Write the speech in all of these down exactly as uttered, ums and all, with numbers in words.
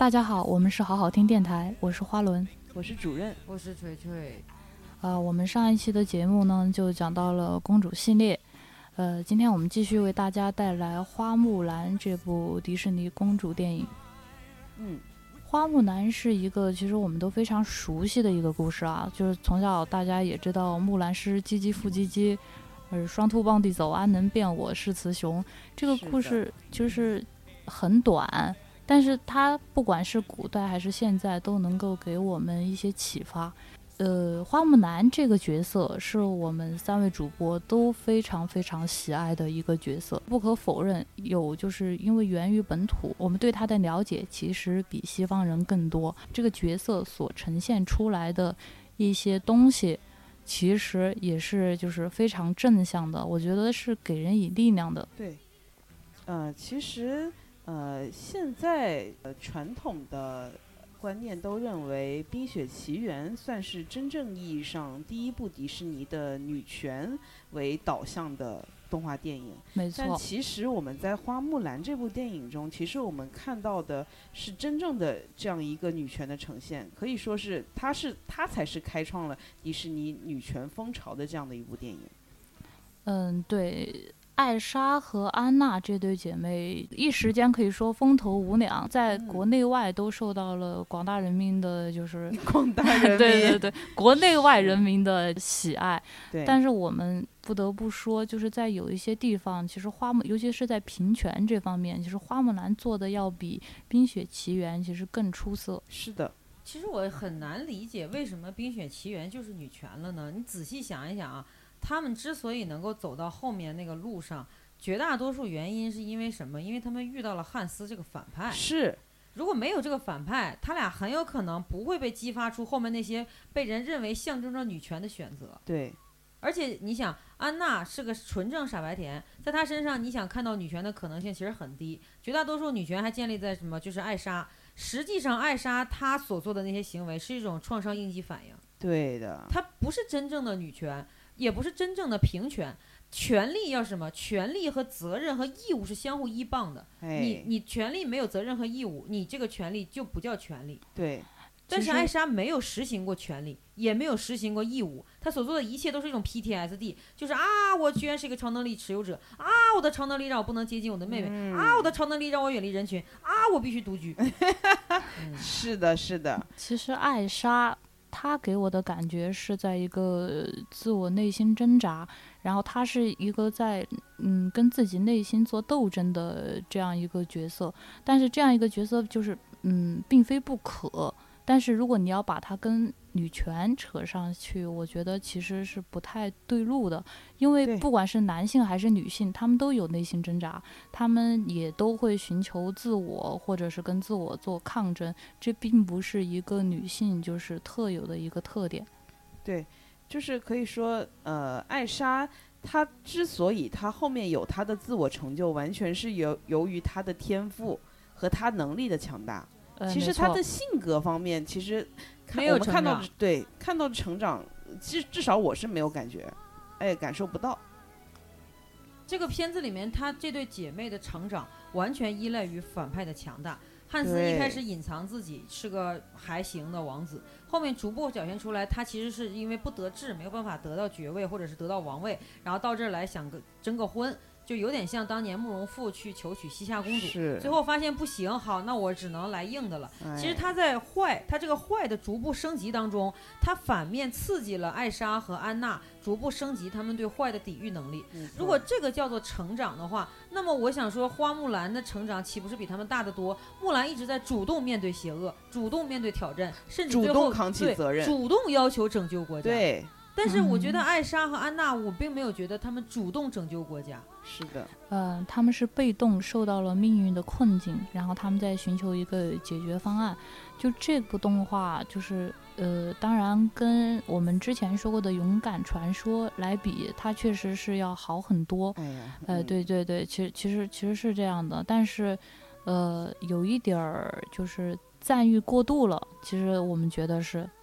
大家好，我们是好好听电台，我是花轮， 我是主任， 我是锤锤。 呃，我们上一期的节目呢，就讲到了公主系列。呃，今天我们继续为大家带来《花木兰》这部迪士尼公主电影。 嗯， 花木兰是一个其实我们都非常熟悉的一个故事啊，就是从小大家也知道木兰诗唧唧复唧唧，呃，双兔傍地走，安能辨我是雌雄。这个故事就是很短，但是它不管是古代还是现在，都能够给我们一些启发。呃，花木兰这个角色是我们三位主播都非常非常喜爱的一个角色。不可否认，有就是因为源于本土，我们对她的了解其实比西方人更多。这个角色所呈现出来的一些东西，其实也是就是非常正向的，我觉得是给人以力量的。 对，呃，其实呃，现在呃传统的观念都认为《冰雪奇缘》算是真正意义上第一部迪士尼的女权为导向的动画电影。 没错。 但其实我们在《花木兰》这部电影中，其实我们看到的是真正的这样一个女权的呈现，可以说是她是她才是开创了迪士尼女权风潮的这样的一部电影。 嗯，对。艾莎和安娜这对姐妹一时间可以说风头无两，在国内外都受到了广大人民的就是广大人民对对对国内外人民的喜爱。 对， 但是我们不得不说，就是在有一些地方，其实花木尤其是在平权这方面，其实花木兰做的要比冰雪奇缘其实更出色。 是的， 其实我很难理解为什么冰雪奇缘就是女权了呢？你仔细想一想啊，他们之所以能够走到后面那个路上，绝大多数原因是因为什么？因为他们遇到了汉斯这个反派。 是， 如果没有这个反派，他俩很有可能不会被激发出后面那些被人认为象征着女权的选择。 对， 而且你想，安娜是个纯正傻白甜，在她身上你想看到女权的可能性其实很低，绝大多数女权还建立在什么？就是艾莎。实际上艾莎她所做的那些行为是一种创伤应激反应。 对的， 她不是真正的女权，也不是真正的平权。权利要什么？权利和责任和义务是相互依傍的。你你权利没有责任和义务，你这个权利就不叫权利。 对。 但是艾莎没有实行过权利，也没有实行过义务，她所做的一切都是一种 P T S D， 就是啊，我居然是一个超能力持有者啊，我的超能力让我不能接近我的妹妹、嗯、啊，我的超能力让我远离人群啊，我必须独居。 嗯、是的，是的。 其实艾莎她给我的感觉是在一个自我内心挣扎，然后她是一个在嗯跟自己内心做斗争的这样一个角色，但是这样一个角色就是嗯并非不可。但是如果你要把它跟女权扯上去，我觉得其实是不太对路的，因为不管是男性还是女性，他们都有内心挣扎，他们也都会寻求自我，或者是跟自我做抗争，这并不是一个女性就是特有的一个特点。 对，就是可以说呃，艾莎她之所以她后面有她的自我成就，完全是由由于她的天赋和她能力的强大。其实他的性格方面，其实没有我们看到对看到的成长，至至少我是没有感觉，哎，感受不到。 这个片子里面，她这对姐妹的成长完全依赖于反派的强大。汉斯一开始隐藏自己是个还行的王子，后面逐步表现出来，他其实是因为不得志，没有办法得到爵位或者是得到王位，然后到这儿来想个争个婚。就有点像当年慕容复去求娶西夏公主，最后发现不行，好，那我只能来硬的了。 哎、 其实他在坏，他这个坏的逐步升级当中，他反面刺激了艾莎和安娜逐步升级他们对坏的抵御能力。如果这个叫做成长的话，那么我想说，花木兰的成长岂不是比他们大得多？木兰一直在主动面对邪恶，主动面对挑战，甚至最后主动扛起责任， 主动要求拯救国家。 对。 但是我觉得艾莎和安娜，我并没有觉得他们主动拯救国家。 是的， 呃，他们是被动受到了命运的困境，然后他们在寻求一个解决方案。就这部动画，就是呃，当然跟我们之前说过的《勇敢传说》来比，它确实是要好很多。 哎呀， 呃，对对对，其实其实其实是这样的，但是呃，有一点儿就是赞誉过度了。其实我们觉得是。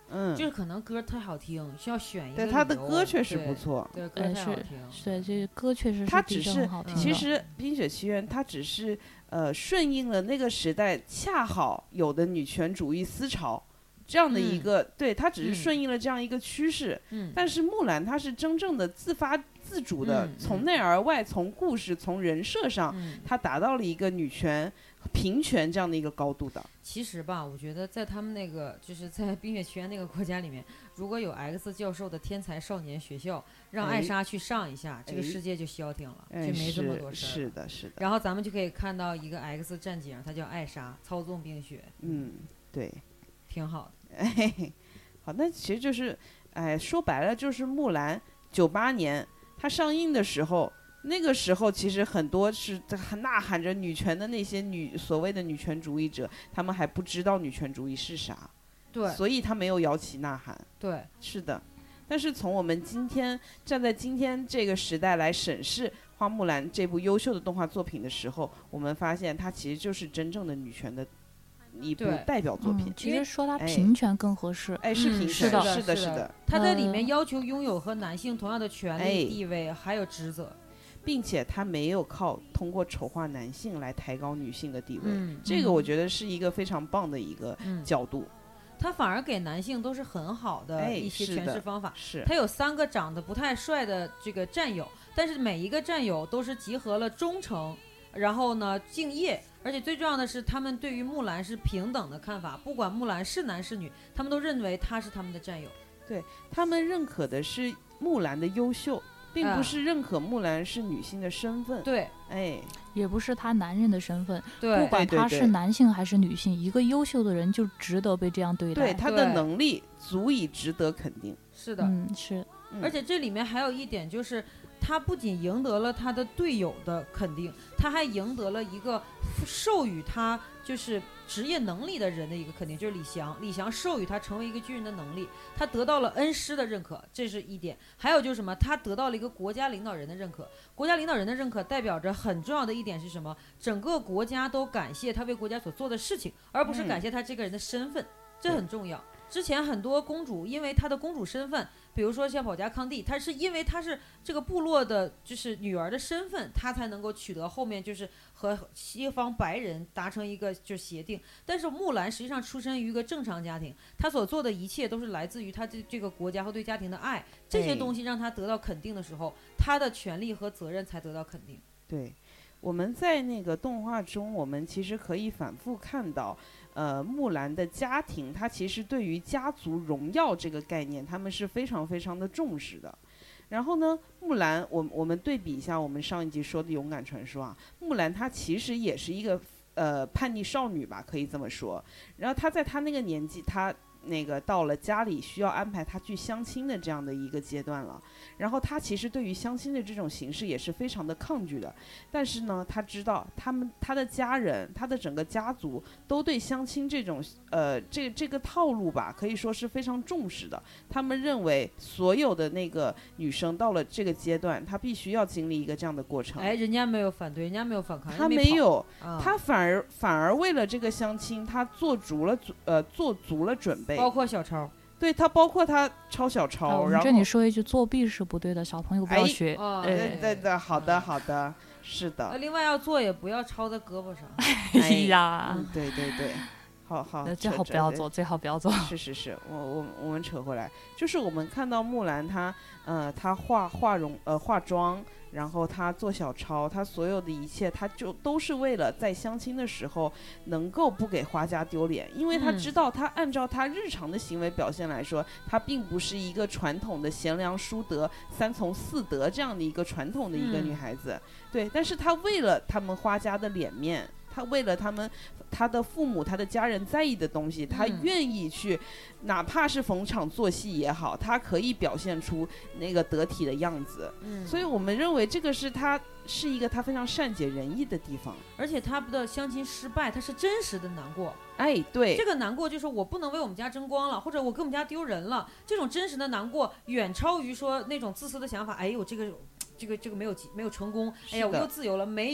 嗯， 就是可能歌太好听，需要选一个。 对，他的理由歌确实对不错。 对，歌呃太好是听。 对，这个歌确实是的它只是确很好听的。 其实《冰雪奇缘》它只是呃顺应了那个时代恰好有的女权主义思潮。这样的一个， 嗯、 对，它只是嗯顺应了这样一个趋势。 嗯， 但是木兰它是真正的自发自主的， 嗯、 从内而外，从故事、从人设上， 嗯、 它达到了一个女权、平权这样的一个高度的。 其实吧，我觉得在他们那个就是在《冰雪奇缘》那个国家里面，如果有 X 教授的天才少年学校，让艾莎去上一下， 哎、 这个世界就消停了， 哎、 就没这么多事儿。 是的，是的。 然后咱们就可以看到一个 X 战警，他叫艾莎，操纵冰雪。 嗯，对， 挺好的。 哎，好，那其实就是，哎，说白了就是木兰九八年它上映的时候，那个时候其实很多是呐喊着女权的那些女所谓的女权主义者，他们还不知道女权主义是啥， 对， 所以他没有摇旗呐喊。 对， 是的。但是从我们今天站在今天这个时代来审视《花木兰》这部优秀的动画作品的时候，我们发现它其实就是真正的女权的一部代表作品。 嗯、其实说它平权更合适。 哎，是平权， 嗯、是的， 是的， 是的。 他在里面要求拥有和男性同样的权利、 哎、 地位还有职责， 并且他没有靠通过丑化男性来抬高女性的地位。 嗯、 这个我觉得是一个非常棒的一个角度。 嗯他反而给男性都是很好的一些诠释方法。 哎、是他有三个长得不太帅的这个战友，但是每一个战友都是集合了忠诚，然后呢敬业，而且最重要的是他们对于木兰是平等的看法，不管木兰是男是女，他们都认为他是他们的战友。 对，他们认可的是木兰的优秀，并不是认可木兰是女性的身份。 对， 哎， 也不是他男人的身份。 对， 不管他是男性还是女性，一个优秀的人就值得被这样对待。 对，他的能力足以值得肯定。 是的， 嗯，是。 嗯、 而且这里面还有一点就是，他不仅赢得了他的队友的肯定，他还赢得了一个授予他就是职业能力的人的一个肯定，就是李翔。李翔授予他成为一个军人的能力，他得到了恩师的认可，这是一点。还有就是什么，他得到了一个国家领导人的认可。国家领导人的认可代表着很重要的一点是什么？整个国家都感谢他为国家所做的事情，而不是感谢他这个人的身份，嗯、这很重要。之前很多公主因为她的公主身份，比如说像保加康帝，她是因为她是这个部落的就是女儿的身份，她才能够取得后面就是和西方白人达成一个就是协定。但是木兰实际上出身于一个正常家庭，她所做的一切都是来自于她这这个国家和对家庭的爱，这些东西让她得到肯定的时候，她的权利和责任才得到肯定。 对，我们在那个动画中，我们其实可以反复看到呃，木兰的家庭，他其实对于家族荣耀这个概念，他们是非常非常的重视的。然后呢，木兰，我我们对比一下我们上一集说的《勇敢传说》啊，木兰她其实也是一个呃叛逆少女吧，可以这么说。然后她在她那个年纪，她那个到了家里需要安排她去相亲的这样的一个阶段了。然后她其实对于相亲的这种形式也是非常的抗拒的。但是呢，她知道他们她的家人，她的整个家族都对相亲这种呃这这个套路吧，可以说是非常重视的。他们认为所有的那个女生到了这个阶段，她必须要经历一个这样的过程。 哎，人家没有反对，人家没有反抗， 她没有， 啊、 她反而反而为了这个相亲，她做足了呃做足了准备， 包括小抄。 对，他包括他抄小抄， 啊、我然后这里说一句，作弊是不对的，小朋友不要学。 哎哦、 对对对，好的好的，是的。 另外要做也不要抄在胳膊上。 哎呀， 嗯、对对对，好好， 最好不要做，最好不要做。 是是是，我我我们扯回来，就是我们看到木兰她呃她化化容呃化妆。然后他做小抄，他所有的一切，他就都是为了在相亲的时候能够不给花家丢脸，因为他知道他按照他日常的行为表现来说，他并不是一个传统的贤良淑德、三从四德这样的一个传统的一个女孩子，嗯、对，但是他为了他们花家的脸面，他为了他们他的父母他的家人在意的东西，他愿意去、嗯、哪怕是逢场作戏也好，他可以表现出那个得体的样子、嗯、所以我们认为这个是他是一个他非常善解人意的地方。 而且他的相亲失败，他是真实的难过。 哎，对， 这个难过就是我不能为我们家争光了，或者我给我们家丢人了，这种真实的难过远超于说那种自私的想法，哎呦这个这个这个没有没有成功，哎呀我又自由了，没有。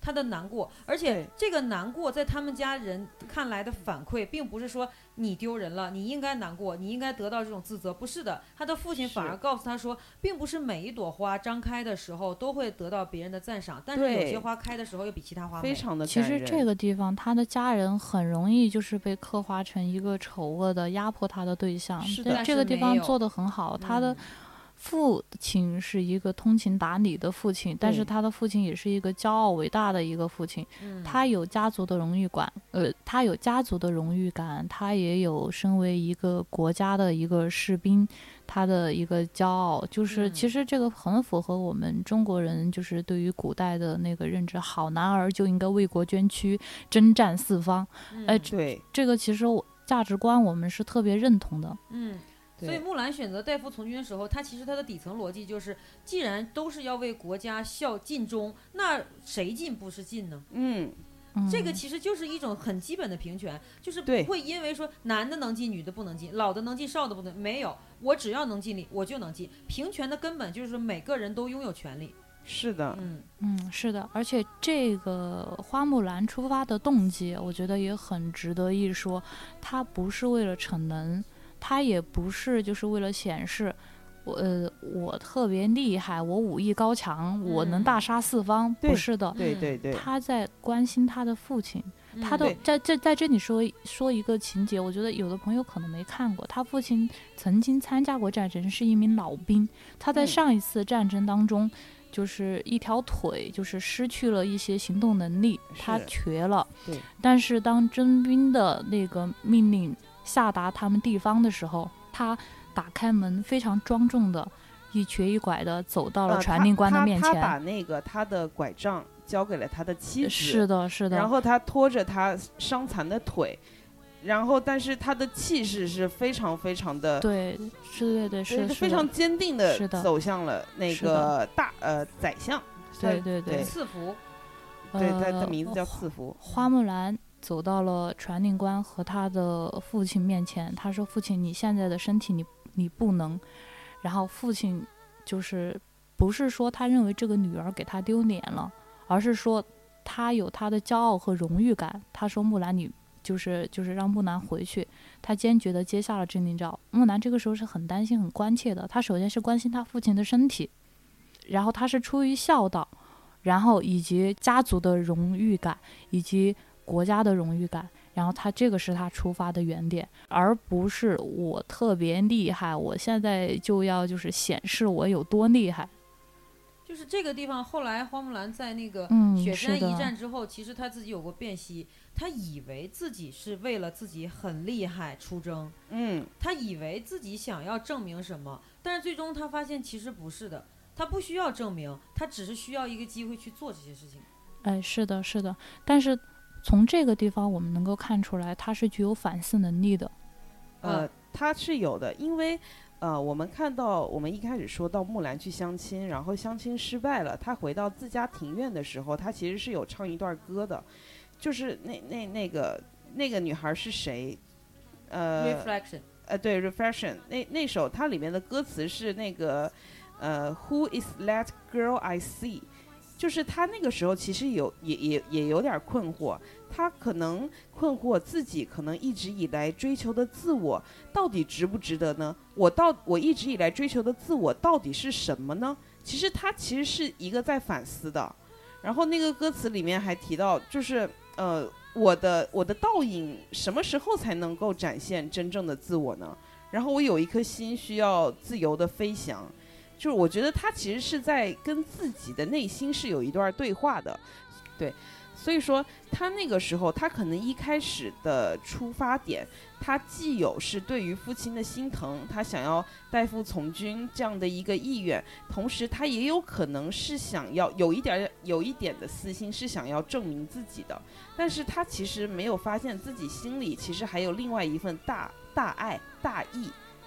他的难过，而且这个难过在他们家人看来的反馈，并不是说你丢人了，你应该难过，你应该得到这种自责，不是的，他的父亲反而告诉他说，并不是每一朵花张开的时候都会得到别人的赞赏，但是有些花开的时候又比其他花美。 非常的其实这个地方他的家人很容易就是被刻画成一个丑恶的压迫他的对象， 是的， 这个地方做得很好， 嗯、 他的父亲是一个通情达理的父亲，但是他的父亲也是一个骄傲伟大的一个父亲， 嗯、 他有家族的荣誉感，呃，他有家族的荣誉感，他也有身为一个国家的一个士兵，他的一个骄傲，就是其实这个很符合我们中国人就是对于古代的那个认知，好男儿就应该为国捐躯，征战四方，哎、呃， 对， 这个其实我价值观我们是特别认同的， 嗯。所以木兰选择代父从军的时候，他其实他的底层逻辑就是，既然都是要为国家效尽忠，那谁尽不是尽呢？ 嗯， 这个其实就是一种很基本的平权，就是不会因为说男的能进，女的不能进，老的能进，少的不能，没有，我只要能尽力，我就能进。平权的根本就是说每个人都拥有权利。 是的， 嗯嗯，是的，而且这个花木兰出发的动机，我觉得也很值得一说，他不是为了逞能。他也不是就是为了显示我呃我特别厉害，我武艺高强， 嗯、 我能大杀四方，不是的， 对对对， 他在关心他的父亲， 嗯、 他的在这在这里说说一个情节，我觉得有的朋友可能没看过，他父亲曾经参加过战争，是一名老兵，他在上一次战争当中。嗯就是一条腿就是失去了一些行动能力，他瘸了。 对， 但是当征兵的那个命令下达他们地方的时候，他打开门，非常庄重的一瘸一拐的走到了传令官的面前。 呃、他, 他, 他把那个他的拐杖交给了他的妻子， 是的，是的。 然后他拖着他伤残的腿。然后，但是他的气势是非常非常的， 对，是对对是非常坚定的走向了那个大呃宰相， 对对对， 赐福， 对，他的名字叫赐福。 花木兰走到了传令官和他的父亲面前，他说：“父亲，你现在的身体你你不能。”然后父亲就是不是说他认为这个女儿给他丢脸了，而是说他有他的骄傲和荣誉感。他说：“木兰，你。”就是就是让木兰回去，他坚决地接下了征令诏。木兰这个时候是很担心很关切的，他首先是关心他父亲的身体，然后他是出于孝道，然后以及家族的荣誉感以及国家的荣誉感，然后他这个是他出发的原点，而不是我特别厉害，我现在就要就是显示我有多厉害。 就是这个地方，后来花木兰在那个雪山一战之后，嗯、其实他自己有过辨析，他以为自己是为了自己很厉害出征， 嗯， 他以为自己想要证明什么，但是最终他发现其实不是的，他不需要证明，他只是需要一个机会去做这些事情。 哎，是的，是的，但是从这个地方我们能够看出来，他是具有反思能力的。 呃，他是有的，因为。呃，我们看到，我们一开始说到木兰去相亲，然后相亲失败了，她回到自家庭院的时候，她其实是有唱一段歌的，就是那那那个那个女孩是谁？呃 ，Reflection。 呃，对 ，Reflection。那那首它里面的歌词是那个呃 ，Who is that girl I see？ 就是她那个时候其实有也也也有点困惑。他可能困惑自己可能一直以来追求的自我到底值不值得呢？我到我一直以来追求的自我到底是什么呢？其实他其实是一个在反思的。然后那个歌词里面还提到，就是呃，我的我的倒影什么时候才能够展现真正的自我呢？然后我有一颗心需要自由的飞翔。就是我觉得他其实是在跟自己的内心是有一段对话的，对。所以说他那个时候他可能一开始的出发点，他既有是对于父亲的心疼，他想要代父从军这样的一个意愿，同时他也有可能是想要有一点有一点的私心，是想要证明自己的，但是他其实没有发现自己心里其实还有另外一份大大爱大义，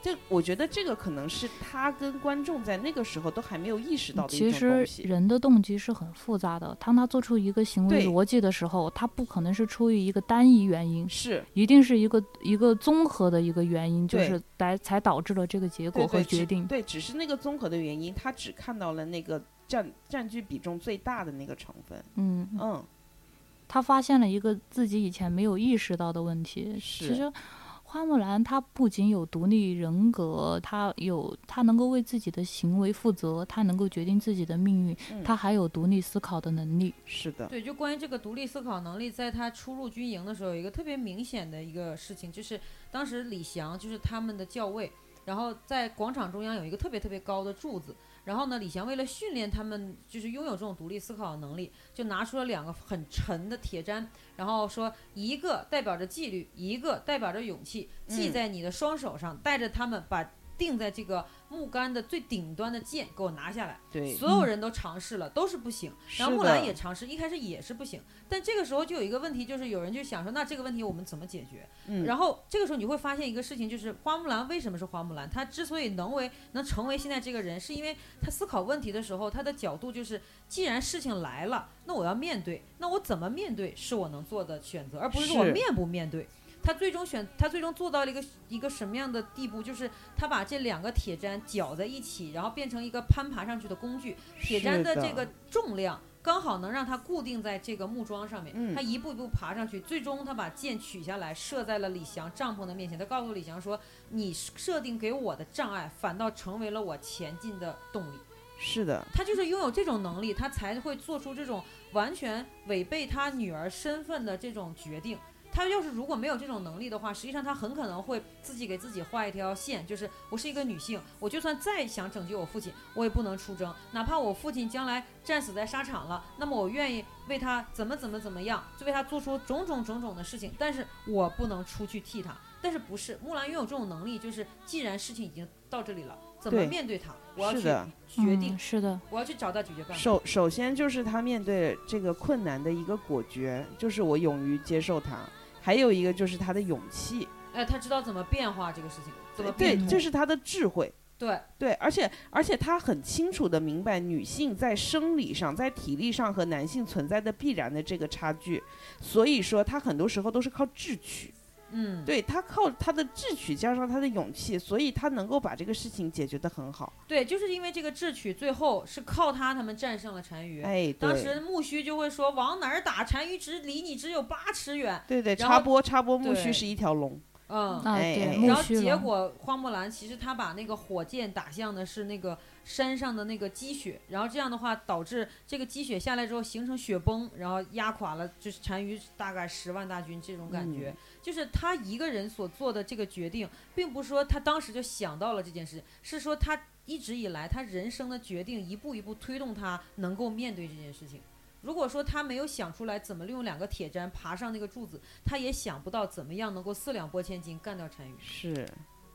这我觉得这个可能是他跟观众在那个时候都还没有意识到的一种其东西。 实人的动机是很复杂的，当他做出一个行为逻辑的时候，他不可能是出于一个单一原因， 是一定是一个一个综合的一个原因，就是来才导致了这个结果和决定。 对， 对， 对，只是那个综合的原因，他只看到了那个占占据比重最大的那个成分。 嗯嗯， 他发现了一个自己以前没有意识到的问题。其实花木兰她不仅有独立人格，她有她能够为自己的行为负责，她能够决定自己的命运， 嗯、 她还有独立思考的能力。 是的， 对，就关于这个独立思考能力，在她初入军营的时候，有一个特别明显的一个事情，就是当时李翔就是他们的校尉，然后在广场中央有一个特别特别高的柱子。然后呢，李翔为了训练他们，就是拥有这种独立思考的能力，就拿出了两个很沉的铁砧，然后说一个代表着纪律，一个代表着勇气，系在你的双手上，带着他们把钉在这个木杆的最顶端的剑给我拿下来。 对， 所有人都尝试了，都是不行。然后木兰也尝试，一开始也是不行。但这个时候就有一个问题，就是有人就想说，那这个问题我们怎么解决？ 嗯、 然后这个时候你会发现一个事情，就是花木兰为什么是花木兰？她之所以能为能成为现在这个人，是因为她思考问题的时候，她的角度就是，既然事情来了，那我要面对，那我怎么面对是我能做的选择，而不是说我面不面对。他最终选，他最终做到了一个一个什么样的地步？就是他把这两个铁砧搅在一起，然后变成一个攀爬上去的工具。铁砧的这个重量刚好能让它固定在这个木桩上面。 嗯、 他一步一步爬上去，最终他把剑取下来，射在了李翔帐篷的面前。他告诉李翔说：“你设定给我的障碍，反倒成为了我前进的动力。” 是的， 他就是拥有这种能力，他才会做出这种完全违背他女儿身份的这种决定。他要是如果没有这种能力的话，实际上他很可能会自己给自己画一条线，就是我是一个女性，我就算再想拯救我父亲，我也不能出征，哪怕我父亲将来战死在沙场了，那么我愿意为他怎么怎么怎么样，就为他做出种种种种的事情，但是我不能出去替他。但是不是木兰拥有这种能力，就是既然事情已经到这里了，怎么面对他，我要去决定， 是的， 我要去找到解决办法。 首首先就是他面对这个困难的一个果决，就是我勇于接受它。还有一个就是他的勇气， 哎，他知道怎么变化这个事情，怎么变通，对，这是他的智慧， 对对，而且而且他很清楚地明白女性在生理上、在体力上和男性存在的必然的这个差距，所以说他很多时候都是靠智取。 嗯， 对，他靠他的智取加上他的勇气，所以他能够把这个事情解决得很好。 对，就是因为这个智取最后是靠他他们战胜了单于。 哎， 当时木须就会说往哪儿打，单于只离你只有八尺远。 对对，插播插播，木须是一条龙。 嗯， 哎， 对，然后结果花木兰其实她把那个火箭打向的是那个山上的那个积雪，然后这样的话导致这个积雪下来之后形成雪崩，然后压垮了就是单于大概十万大军这种感觉。 嗯、 就是他一个人所做的这个决定，并不是说他当时就想到了这件事，是说他一直以来他人生的决定一步一步推动他能够面对这件事情。如果说他没有想出来怎么利用两个铁砧爬上那个柱子，他也想不到怎么样能够四两拨千斤干掉单于。 是，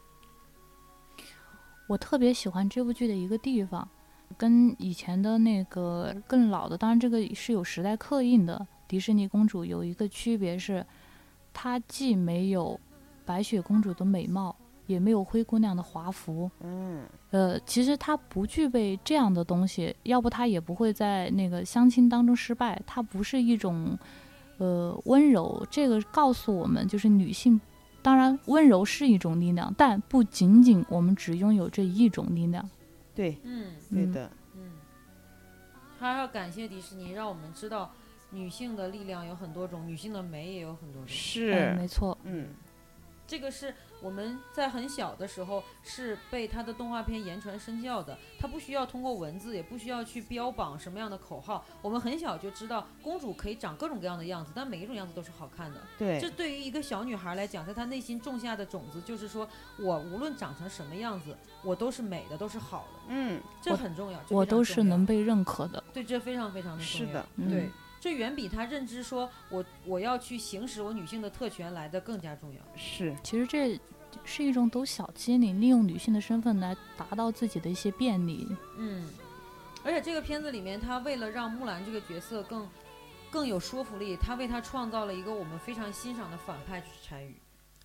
我特别喜欢这部剧的一个地方，跟以前的那个更老的，当然这个是有时代刻印的迪士尼公主有一个区别是，她既没有白雪公主的美貌，也没有灰姑娘的华服， 嗯， 呃，其实她不具备这样的东西，要不她也不会在那个相亲当中失败。她不是一种，呃，温柔。这个告诉我们，就是女性，当然温柔是一种力量，但不仅仅我们只拥有这一种力量。 对， 嗯， 对的， 嗯，还要感谢迪士尼，让我们知道女性的力量有很多种，女性的美也有很多种。 是， 嗯、没错， 嗯。 这个是我们在很小的时候是被他的动画片言传身教的，他不需要通过文字，也不需要去标榜什么样的口号，我们很小就知道公主可以长各种各样的样子，但每一种样子都是好看的。 对， 这对于一个小女孩来讲，在她内心种下的种子就是说，我无论长成什么样子，我都是美的，都是好的。 嗯， 这很重要， 我都是能被认可的。 对，这非常非常的重要。 是的， 嗯、 对。这远比他认知说我我要去行使我女性的特权来的更加重要。 是， 其实这是一种抖小机灵，利用女性的身份来达到自己的一些便利。 嗯，而且这个片子里面，他为了让木兰这个角色更更有说服力，他为他创造了一个我们非常欣赏的反派，就是单于。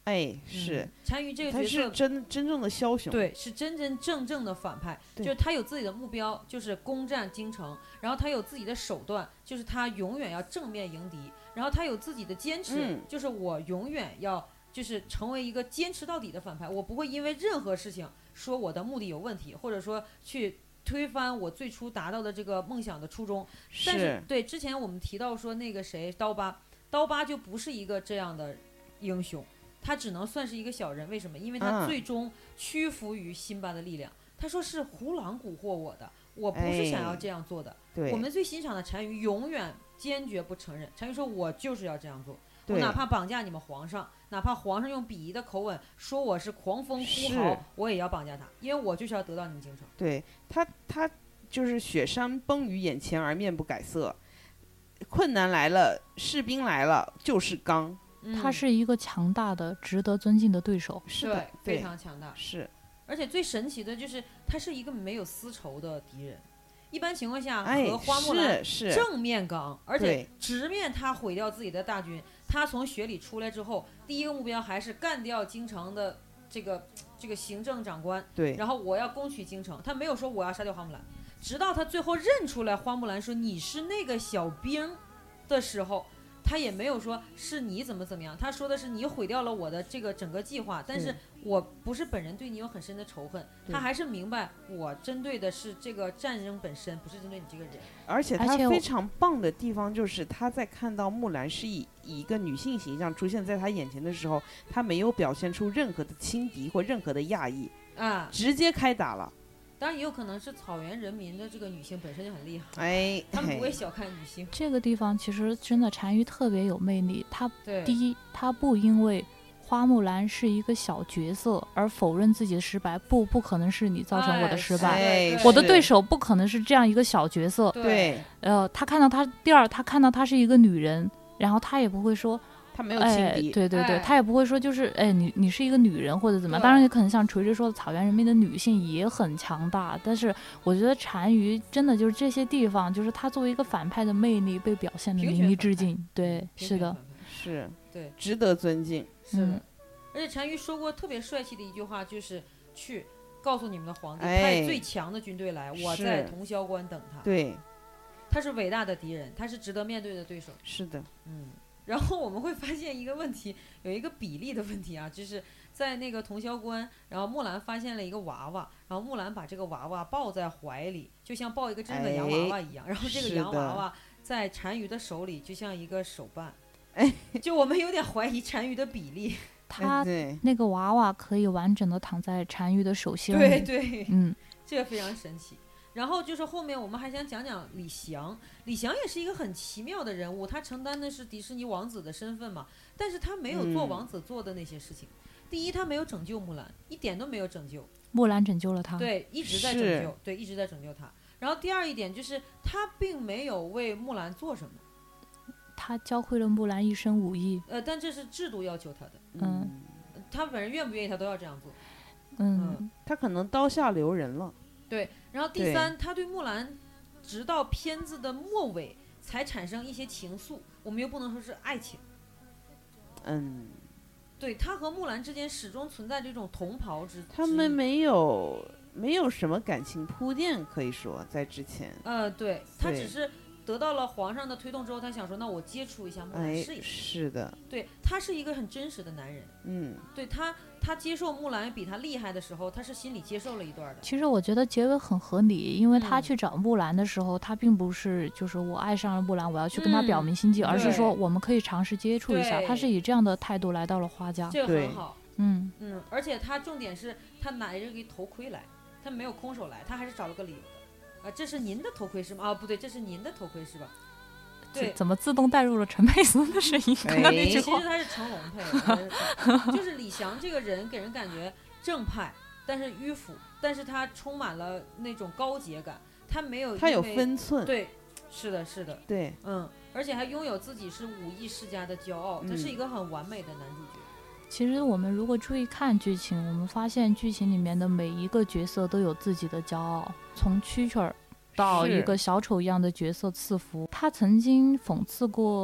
哎，是单于这个角色， 他是真真正的枭雄， 对，是真真正正的反派，就是他有自己的目标，就是攻占京城，然后他有自己的手段，就是他永远要正面迎敌，然后他有自己的坚持， 嗯、 就是我永远要就是成为一个坚持到底的反派，我不会因为任何事情说我的目的有问题，或者说去推翻我最初达到的这个梦想的初衷。但是对之前我们提到说那个谁刀疤，刀疤就不是一个这样的英雄。他只能算是一个小人，为什么？因为他最终屈服于辛巴的力量。嗯、他说是胡狼蛊惑我的，我不是想要这样做的。 哎、 我们最欣赏的单于永远坚决不承认。单于说：“我就是要这样做，我哪怕绑架你们皇上，哪怕皇上用鄙夷的口吻说我是狂风呼号，我也要绑架他，因为我就是要得到你们京城。” 对他，他就是雪山崩于眼前而面不改色，困难来了，士兵来了，就是刚。 他是一个强大的、值得尊敬的对手， 是的， 非常强大。 是， 而且最神奇的就是他是一个没有丝绸的敌人。一般情况下和花木兰正面刚， 而且直面他毁掉自己的大军。他从雪里出来之后，第一个目标还是干掉京城的这个这个行政长官。 对， 然后我要攻取京城，他没有说我要杀掉花木兰，直到他最后认出来花木兰说你是那个小兵的时候。他也没有说是你怎么怎么样，他说的是你毁掉了我的这个整个计划，但是我不是本人对你有很深的仇恨，他还是明白我针对的是这个战争本身，不是针对你这个人。 而且他非常棒的地方就是他在看到木兰是以以一个女性形象出现在他眼前的时候，他没有表现出任何的轻敌或任何的讶异啊， 直接开打了。 当然也有可能是草原人民的这个女性本身就很厉害， 哎， 他们不会小看女性。 这个地方其实真的单于特别有魅力，他第一，他不因为花木兰是一个小角色而否认自己的失败，不，不可能是你造成我的失败， 哎、 我的对手不可能是这样一个小角色。 对， 呃，他看到他第二，他看到她是一个女人，然后他也不会说。 他没有轻敌、 哎，对对对， 哎、 他也不会说就是哎，你你是一个女人或者怎么样。当然，也可能像锤锤说的，草原人民的女性也很强大。但是我觉得单于真的就是这些地方，就是他作为一个反派的魅力被表现的淋漓尽致。对，是的， 是， 对， 值得尊敬。 是的，嗯、而且单于说过特别帅气的一句话，就是去告诉你们的皇帝， 哎、 派最强的军队来，我在潼萧关等他。 对， 他是伟大的敌人，他是值得面对的对手。 是的， 嗯。然后我们会发现一个问题，有一个比例的问题啊，就是在那个潼萧关，然后木兰发现了一个娃娃，然后木兰把这个娃娃抱在怀里，就像抱一个真的洋娃娃一样， 哎、 然后这个洋娃娃在单于的手里就像一个手办， 哎， 就我们有点怀疑单于的比例。 他那个娃娃可以完整的躺在单于的手心里， 对对， 嗯， 这个非常神奇。然后就是后面我们还想讲讲李翔，李翔也是一个很奇妙的人物，他承担的是迪士尼王子的身份嘛，但是他没有做王子做的那些事情。嗯、第一，他没有拯救木兰，一点都没有拯救。 木兰拯救了他， 对，一直在拯救，对，一直在拯救他。然后第二一点就是他并没有为木兰做什么， 他教会了木兰一身武艺， 呃，但这是制度要求他的， 嗯， 他本人愿不愿意他都要这样做， 嗯， 嗯他可能刀下留人了。 对，然后第三，他对木兰直到片子的末尾才产生一些情愫，我们又不能说是爱情。 嗯， 对，他和木兰之间始终存在这种同袍之， 他们没有没有什么感情铺垫，可以说在之前。 呃，对，他只是得到了皇上的推动之后，他想说，那我接触一下木兰试一试。 哎，是的， 对，他是一个很真实的男人。 嗯， 对他，他接受木兰比他厉害的时候，他是心里接受了一段的。 其实我觉得结尾很合理，因为他去找木兰的时候，嗯、他并不是就是我爱上了木兰，我要去跟他表明心迹， 嗯、 而是说我们可以尝试接触一下。他是以这样的态度来到了花家， 这个很好。 嗯嗯，而且他重点是他拿着一个头盔来，他没有空手来，他还是找了个理由的。啊，这是您的头盔是吗？啊，不对，这是您的头盔是吧？对， 怎么自动带入了陈佩斯的声音？刚刚那句话， 其实他是成龙配的，就是李翔这个人给人感觉正派，但是迂腐，但是他充满了那种高洁感，他没有， 他有分寸， 对，是的，是的， 对， 嗯，而且还拥有自己是武艺世家的骄傲，他是一个很完美的男主角。 其实我们如果注意看剧情，我们发现剧情里面的每一个角色都有自己的骄傲，从蛐蛐儿到一个小丑一样的角色赐福，他曾经讽刺过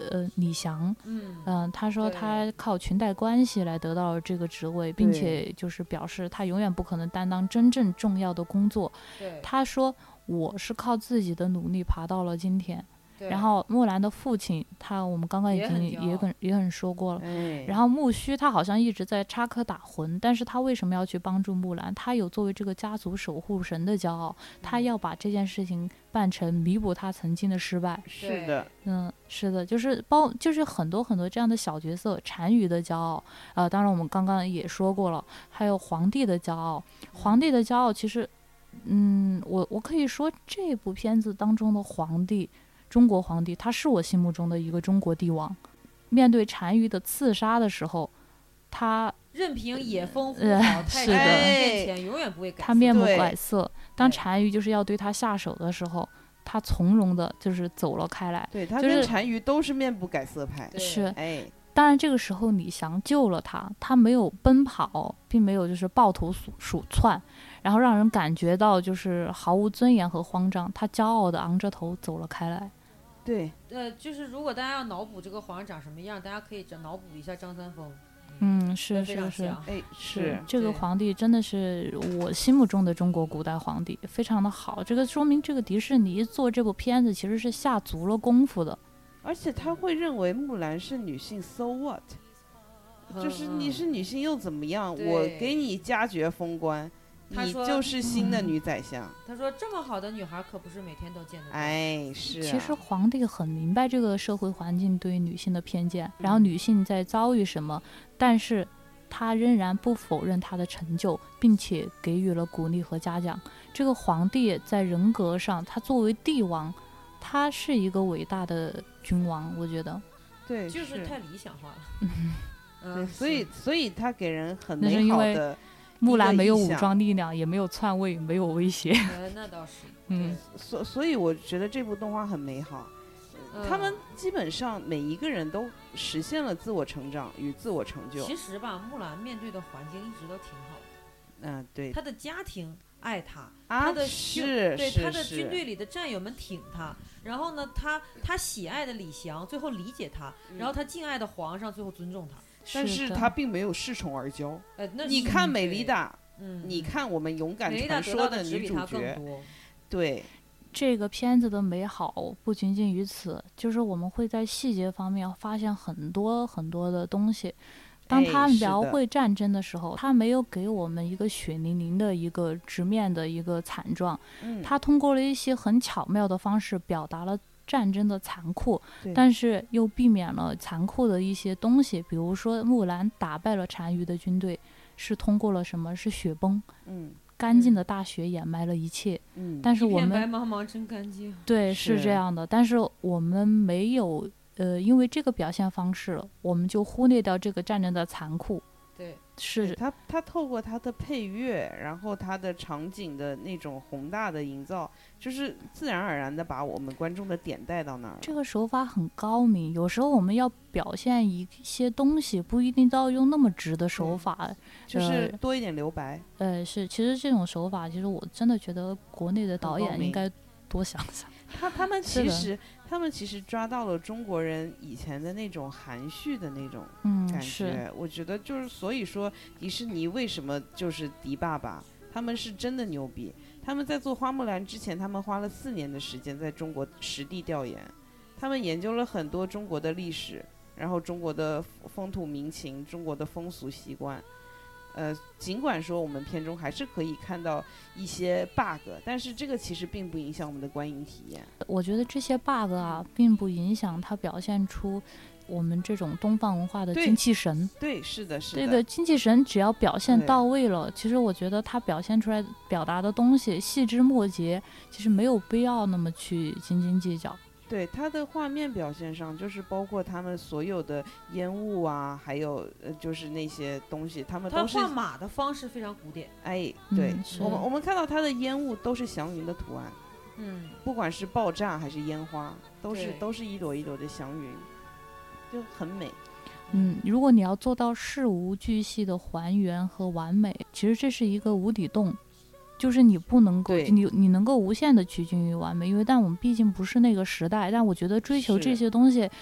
呃李翔， 嗯嗯、呃，他说对他靠裙带关系来得到了这个职位，并且就是表示他永远不可能担当真正重要的工作。 对， 他说我是靠自己的努力爬到了今天。 对然后木兰的父亲，他我们刚刚已也很经也骄傲跟也很说过了。 哎， 然后木须他好像一直在插科打诨，但是他为什么要去帮助木兰？他有作为这个家族守护神的骄傲，他要把这件事情办成，弥补他曾经的失败。 是的， 嗯，是的，就是包就是很多很多这样的小角色，单于的骄傲，呃，当然我们刚刚也说过了，还有皇帝的骄傲。皇帝的骄傲其实，嗯，我我可以说这部片子当中的皇帝。中国皇帝，他是我心目中的一个中国帝王。面对单于的刺杀的时候，他任凭野风呼呃号，太是的上面前永远不会改色。 他面目对改色。当对单于就是要对他下手的时候，他从容的就是走了开来。 对他就是跟单于都是面不改色派， 对是， 哎， 当然这个时候李翔救了他，他没有奔跑，并没有就是抱头鼠鼠窜，然后让人感觉到就是毫无尊严和慌张，他骄傲的昂着头走了开来。 对， 呃，就是如果大家要脑补这个皇上长什么样，大家可以找脑补一下张三丰。 嗯，是非常是是。 像哎， 是是， 对这个皇帝真的是我心目中的中国古代皇帝，非常的好。这个说明这个迪士尼做这部片子其实是下足了功夫的。 而且他会认为木兰是女性 ，so what？就是嗯你是女性又怎么样？ 对我给你加爵封官，你他说就是新的嗯女宰相。 他说这么好的女孩可不是每天都见得到。 哎，是啊， 其实皇帝很明白这个社会环境对女性的偏见，然后嗯女性在遭遇什么，但是他仍然不否认她的成就，并且给予了鼓励和嘉奖。这个皇帝在人格上，他作为帝王，他是一个伟大的君王，我觉得。 对， 就是太理想化了。 对， 嗯， 所以所以他给人很那是美因为好的。 木兰没有武一个意象装力量，也没有篡位，没有威胁。 呃，那倒是。 嗯所所以我觉得这部动画很美好。 嗯他们基本上每一个人都实现了自我成长与自我成就。 其实吧，木兰面对的环境一直都挺好的。 嗯，对她的家庭爱她， 啊， 她的是是对她的是军队里的战友们挺她，然后呢，她她喜爱的李翔最后理解她，然后她敬爱的皇上最后尊重她。 但是的他并没有恃宠而骄。 呃，那是你看美对丽达， 嗯， 你看我们勇敢美丽达传说得到的只女主比她更角， 多。 对， 这个片子的美好不仅仅于此，就是我们会在细节方面发现很多很多的东西。当他哎是的描绘战争的时候，他没有给我们一个血淋淋的一个直面的一个惨状， 嗯， 他通过了一些很巧妙的方式表达了战争的残酷， 对但是又避免了残酷的一些东西，比如说木兰打败了单于的军队，是通过了什么？是雪崩， 嗯干净的大雪掩埋了一切。 嗯， 但是我一片白们茫茫真干净。 对是是这样的，但是我们没有呃，因为这个表现方式，我们就忽略掉这个战争的残酷。 对， 是他他透过他的配乐，然后他的场景的那种宏大的营造，就是自然而然的把我们观众的点带到那儿了。 这个手法很高明，有时候我们要表现一些东西，不一定都要用那么直的手法。 就是呃多一点留白。 呃，是，其实这种手法，其实我真的觉得国内的导高明演应该多想想。 他他们是的其实他们其实抓到了中国人以前的那种含蓄的那种嗯， 感是， 觉。我觉得就是所以说迪士尼为什么就是迪爸爸，他们是真的牛逼。他们在做花木兰之前，他们花了四年的时间在中国实地调研，他们研究了很多中国的历史，然后中国的风土民情、中国的风俗习惯。呃，尽管说我们片中还是可以看到一些 bug， 但是这个其实并不影响我们的观影体验。 我觉得这些 bug 啊，并不影响它表现出我们这种东方文化的对精气神。 对，是的，是的， 对的，精气神只要表现对到位了，其实我觉得它表现出来表达的东西细枝末节，其实没有必要那么去斤斤计较。 对它的画面表现上，就是包括他们所有的烟雾啊，还有呃，就是那些东西，他们他都是画马的方式非常古典。 哎，对、 嗯是我们我们看到它的烟雾都是祥云的图案， 嗯， 不管是爆炸还是烟花，都是对都是一朵一朵的祥云，就很美。 嗯，如果你要做到事无巨细的还原和完美，其实这是一个无底洞，就是你不能够， 对你你能够无限的趋近于完美，因为但我们毕竟不是那个时代。但我觉得追求是这些东西，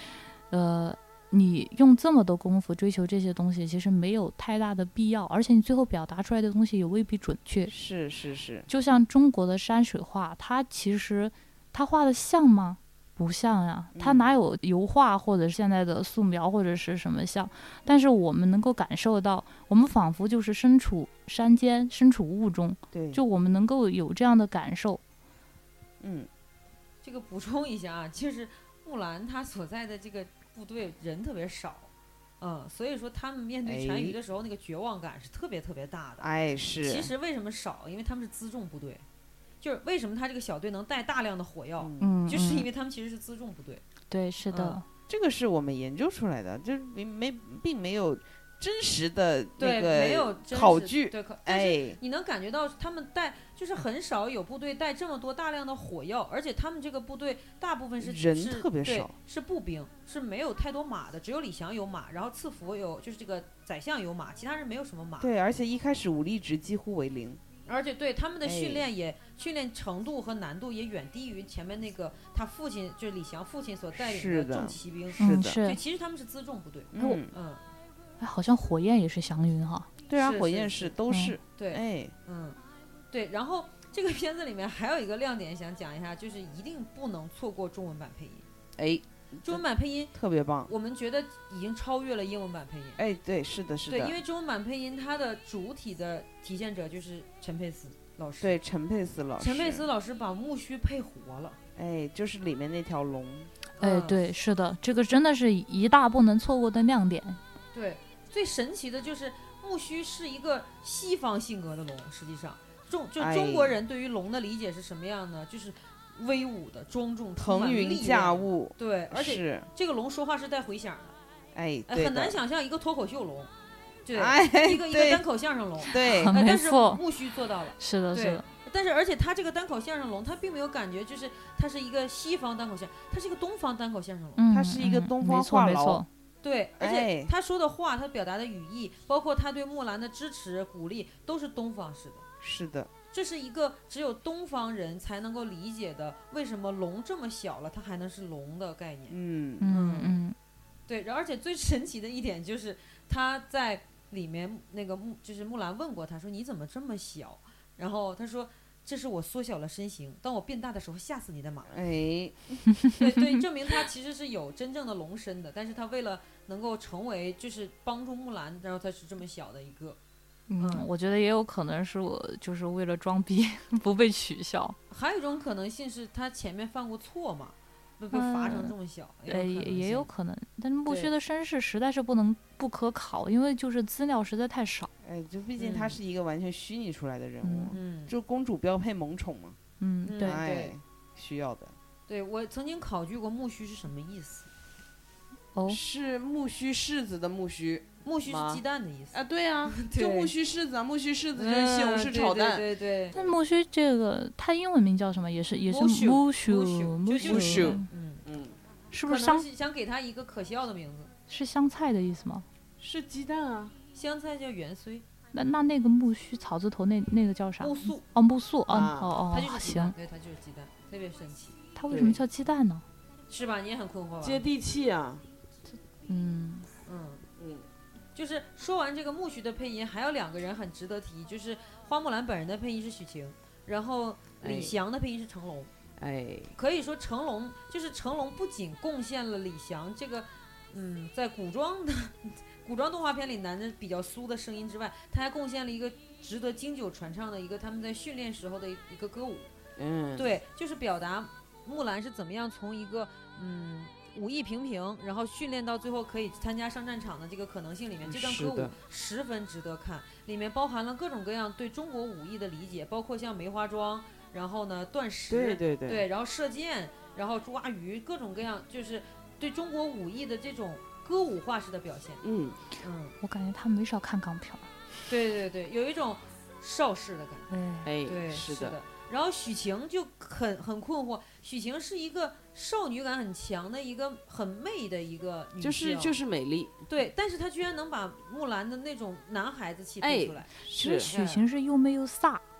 呃，你用这么多功夫追求这些东西，其实没有太大的必要，而且你最后表达出来的东西也未必准确。 是是是， 就像中国的山水画，它其实它画的像吗？不像呀，它哪有油画或者现在的素描或者是什么像？但是我们能够感受到，我们仿佛就是身处山间，身处雾中， 对， 就我们能够有这样的感受。 嗯， 这个补充一下啊，就是木兰她所在的这个部队人特别少，嗯，所以说他们面对全鱼的时候，那个绝望感是特别特别大的。 哎，是。 其实为什么少？因为他们是辎重部队。就是为什么他这个小队能带大量的火药， 嗯， 就是因为他们其实是辎重部队。 对，是的、 嗯， 这个是我们研究出来的，就是没没并没有真实的那没有个考据。 对， 哎， 你能感觉到他们带，就是很少有部队带这么多大量的火药，而且他们这个部队大部分是人特别少， 是步兵，是没有太多马的，只有李翔有马，然后赐福有就是这个宰相有马，其他人没有什么马。 对，而且一开始武力值几乎为零。 而且对他们的训练也、哎、训练程度和难度也远低于前面那个他父亲就是李翔父亲所带领的重骑兵。 是的， 所以其实他们是辎重部队。 嗯嗯， 哎，好像火焰也是祥云哈。 对啊， 是火焰是是都是。 嗯、对， 哎， 嗯，对。然后这个片子里面还有一个亮点想讲一下，就是一定不能错过中文版配音。 哎。 中文版配音特别棒， 我们觉得已经超越了英文版配音。 哎，对，是的，是的。 对，因为中文版配音它的主体的体现者就是陈佩斯老师。 对，陈佩斯老师。 陈佩斯老师把木须配活了。 哎，就是里面那条龙。 哎，对，是的，这个真的是一大不能错过的亮点。 对，最神奇的就是木须是一个西方性格的龙，实际上中就中国人对于龙的理解是什么样呢？哎、就是威武的、庄重、 腾云驾雾。 对，而且这个龙说话是带回响的。 哎， 哎很难想象一个脱口秀龙，对， 哎、 一个一个单口相声龙， 对， 哎、但是木须做到了。 是的，是的。 但是而且他这个单口相声龙，他并没有感觉就是他是一个西方单口相声，他是一个东方单口相声龙， 嗯、 他是一个东方话痨。 对，而且他说的话，他表达的语义，包括他对木兰的支持、鼓励，都是东方式的。 是的。 这是一个只有东方人才能够理解的，为什么龙这么小了，它还能是龙的概念。 嗯嗯嗯， 对，而且最神奇的一点就是他在里面那个木，就是木兰问过他说：“你怎么这么小？”然后他说：“这是我缩小了身形，当我变大的时候吓死你的马。” 哎， 对对，证明他其实是有真正的龙身的，但是他为了能够成为就是帮助木兰，然后他是这么小的一个。 嗯，我觉得也有可能是我就是为了装逼不被取笑。 还有一种可能性是他前面犯过错嘛，被被罚成这么小。 呃，也也有可能，但是木须的身世实在是不能不可考，因为就是资料实在太少。 哎，就毕竟他是一个完全虚拟出来的人物， 嗯， 就公主标配萌宠嘛。 嗯，对对、 哎，需要的。 对，我曾经考据过木须是什么意思。 哦， 是木须柿子的木须。 木须是鸡蛋的意思啊，对啊，就木须柿子啊，木须柿子就是西红柿炒蛋，对对。 那木须这个，它英文名叫什么？也是也是木须， 木须， 嗯嗯， 是不是香？ 想给它一个可笑的名字。 是香菜的意思吗？ 是鸡蛋啊， 香菜叫芫荽。 那那那个木须草字头那那个叫啥？ 木素。 哦，木素啊， 哦哦， 它就是行， 对，它就是鸡蛋，特别神奇。 它为什么叫鸡蛋呢？ 是吧？你也很困惑吧？ 接地气啊。 嗯嗯嗯。就是说完这个木须的配音，还有两个人很值得提，就是花木兰本人的配音是许晴，然后李翔的配音是成龙。 哎， 可以说成龙就是成龙不仅贡献了李翔这个，嗯，在古装的古装动画片里男的比较酥的声音之外，他还贡献了一个值得经久传唱的一个他们在训练时候的一个歌舞。 嗯， 对，就是表达木兰是怎么样从一个嗯。武艺平平，然后训练到最后可以参加上战场的这个可能性里面，这段歌舞十分值得看，里面包含了各种各样对中国武艺的理解，包括像梅花桩，然后呢断石， 对对对， 对，然后射箭，然后抓鱼，各种各样就是对中国武艺的这种歌舞化式的表现。 嗯嗯， 我感觉他没少看港片。 对对对，有一种邵氏的感觉。 哎， 对， 是的。的然后许晴就很很困惑，许晴是一个少女感很强的一个很媚的一个女性， 就是就是美丽， 对，但是她居然能把木兰的那种男孩子气配出来。 哎、是许晴是又媚又飒，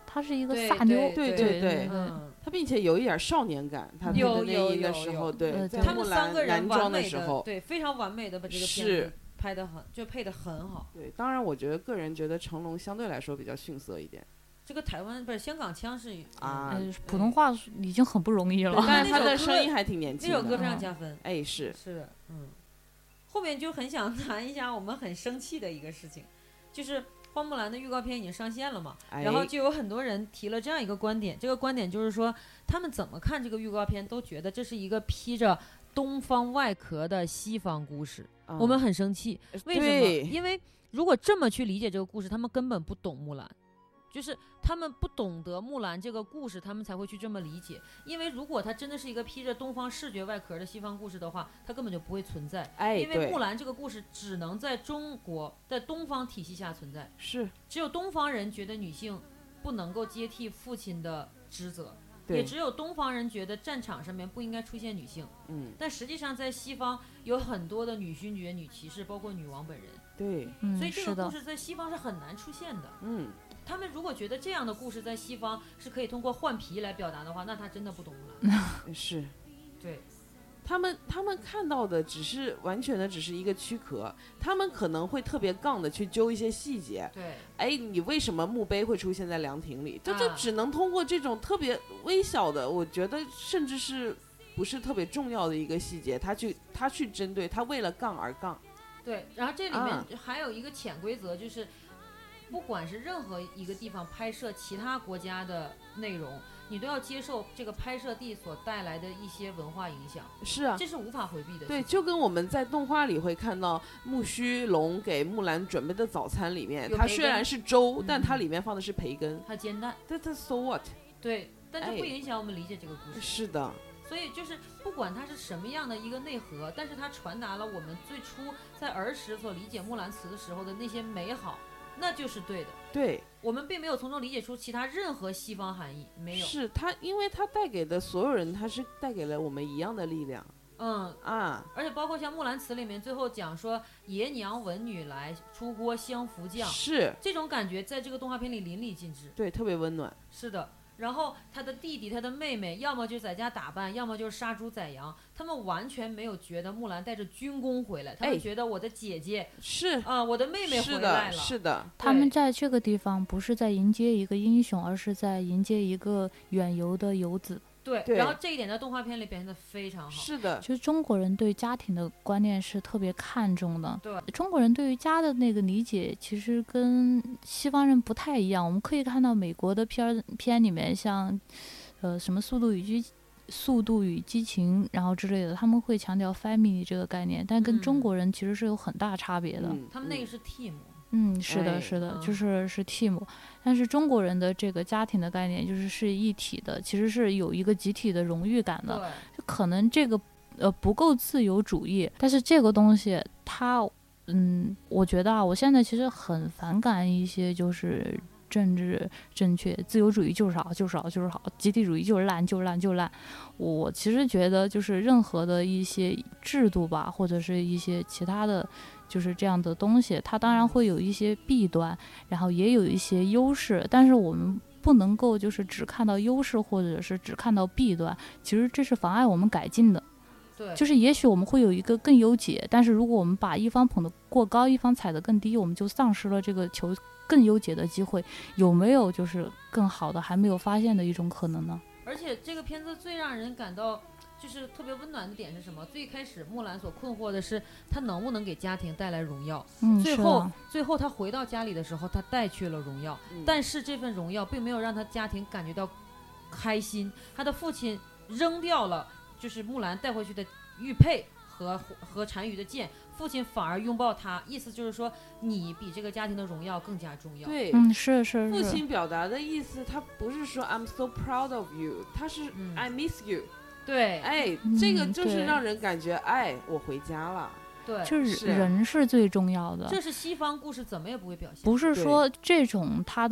她是一个对飒妞， 对对对对嗯， 他并且有一点少年感，他配的内有有衣的时候， 有有对， 呃在他们木兰三个人男装完美时候， 对，非常完美的把这个片是子拍的很，就配的很好。 对，当然我觉得个人觉得成龙相对来说比较逊色一点这个台湾不是香港腔是啊， 呃，普通话已经很不容易了。 但是他的那首歌声音还挺年轻的， 那首歌非常加分。 哎是是的，嗯。后面就很想谈一下我们很生气的一个事情，就是花木兰的预告片已经上线了嘛， 哎、 然后就有很多人提了这样一个观点，这个观点就是说，他们怎么看这个预告片都觉得这是一个披着东方外壳的西方故事， 嗯、 我们很生气。为什么？因为如果这么去理解这个故事，他们根本不懂木兰。就是他们不懂得木兰这个故事，他们才会去这么理解。因为如果它真的是一个披着东方视觉外壳的西方故事的话，它根本就不会存在。 哎， 因为木兰这个故事只能在中国在东方体系下存在， 是只有东方人觉得女性不能够接替父亲的职责，也只有东方人觉得战场上面不应该出现女性。 嗯， 但实际上在西方有很多的女勋爵、女骑士，包括女王本人。 对， 嗯、 所以这个故事在西方是很难出现的。 嗯。 他们如果觉得这样的故事在西方是可以通过换皮来表达的话，那他真的不懂木兰。 是， 对， 他们他们看到的只是完全的只是一个躯壳，他们可能会特别杠的去揪一些细节。 对， 哎，你为什么墓碑会出现在凉亭里？这啊就只能通过这种特别微小的，我觉得甚至是不是特别重要的一个细节，他去他去针对，他为了杠而杠。 对，然后这里面啊还有一个潜规则，就是不管是任何一个地方拍摄其他国家的内容，你都要接受这个拍摄地所带来的一些文化影响。 是啊， 这是无法回避的。 对，就跟我们在动画里会看到木须龙给木兰准备的早餐里面，它虽然是粥， 嗯、 但它里面放的是培根， 还煎蛋。 这这 so what？ 对，但这不影响我们理解这个故事。 哎、是的。 所以就是不管它是什么样的一个内核，但是它传达了我们最初在儿时所理解木兰辞的时候的那些美好，那就是对的。 对， 我们并没有从中理解出其他任何西方含义，没有。 是它，因为它带给的所有人，它是带给了我们一样的力量。 嗯啊， 而且包括像木兰辞里面最后讲说爷娘闻女来，出锅相扶将， 是这种感觉在这个动画片里淋漓尽致。 对，特别温暖。 是的。然后他的弟弟他的妹妹要么就在家打扮，要么就是杀猪宰羊，他们完全没有觉得木兰带着军功回来，他们觉得我的姐姐是啊、呃，我的妹妹回来了。 是的，是的。 他们在这个地方不是在迎接一个英雄，而是在迎接一个远游的游子。 对， 对， 然后这一点在动画片里表现得非常好。 是的， 其实中国人对家庭的观念是特别看重的。 对， 中国人对于家的那个理解其实跟西方人不太一样。我们可以看到美国的片片里面，像呃什么《速度与激速度与激情》然后之类的，他们会强调 family 这个概念，但跟中国人其实是有很大差别的。 嗯、 他们那个是 team。 嗯，是的， 哎、 是的， 嗯、 就是是 team， 但是中国人的这个家庭的概念就是是一体的，其实是有一个集体的荣誉感的。就可能这个呃不够自由主义，但是这个东西它，嗯，我觉得啊，我现在其实很反感一些就是政治正确，自由主义就是好，就是好，就是好，集体主义就是烂，就是烂，就是烂。我其实觉得就是任何的一些制度吧，或者是一些其他的。就是这样的东西，它当然会有一些弊端，然后也有一些优势，但是我们不能够就是只看到优势，或者是只看到弊端，其实这是妨碍我们改进的。 对， 就是也许我们会有一个更优解，但是如果我们把一方捧得过高，一方踩得更低，我们就丧失了这个求更优解的机会。有没有就是更好的还没有发现的一种可能呢？ 而且这个片子最让人感到就是特别温暖的点是什么？最开始木兰所困惑的是，她能不能给家庭带来荣耀？ 嗯， 最后，最后她回到家里的时候，她带去了荣耀， 嗯、 但是这份荣耀并没有让她家庭感觉到开心。她的父亲扔掉了就是木兰带回去的玉佩和和单于的剑，父亲反而拥抱她，意思就是说，你比这个家庭的荣耀更加重要。 对， 嗯，是是是。父亲表达的意思，他不是说 I'm so proud of you， 他是、 嗯、 I miss you。 对， 哎，这个就是让人感觉，哎，我回家了。 对， 就是人是最重要的。 这是西方故事怎么也不会表现。 不是说这种他的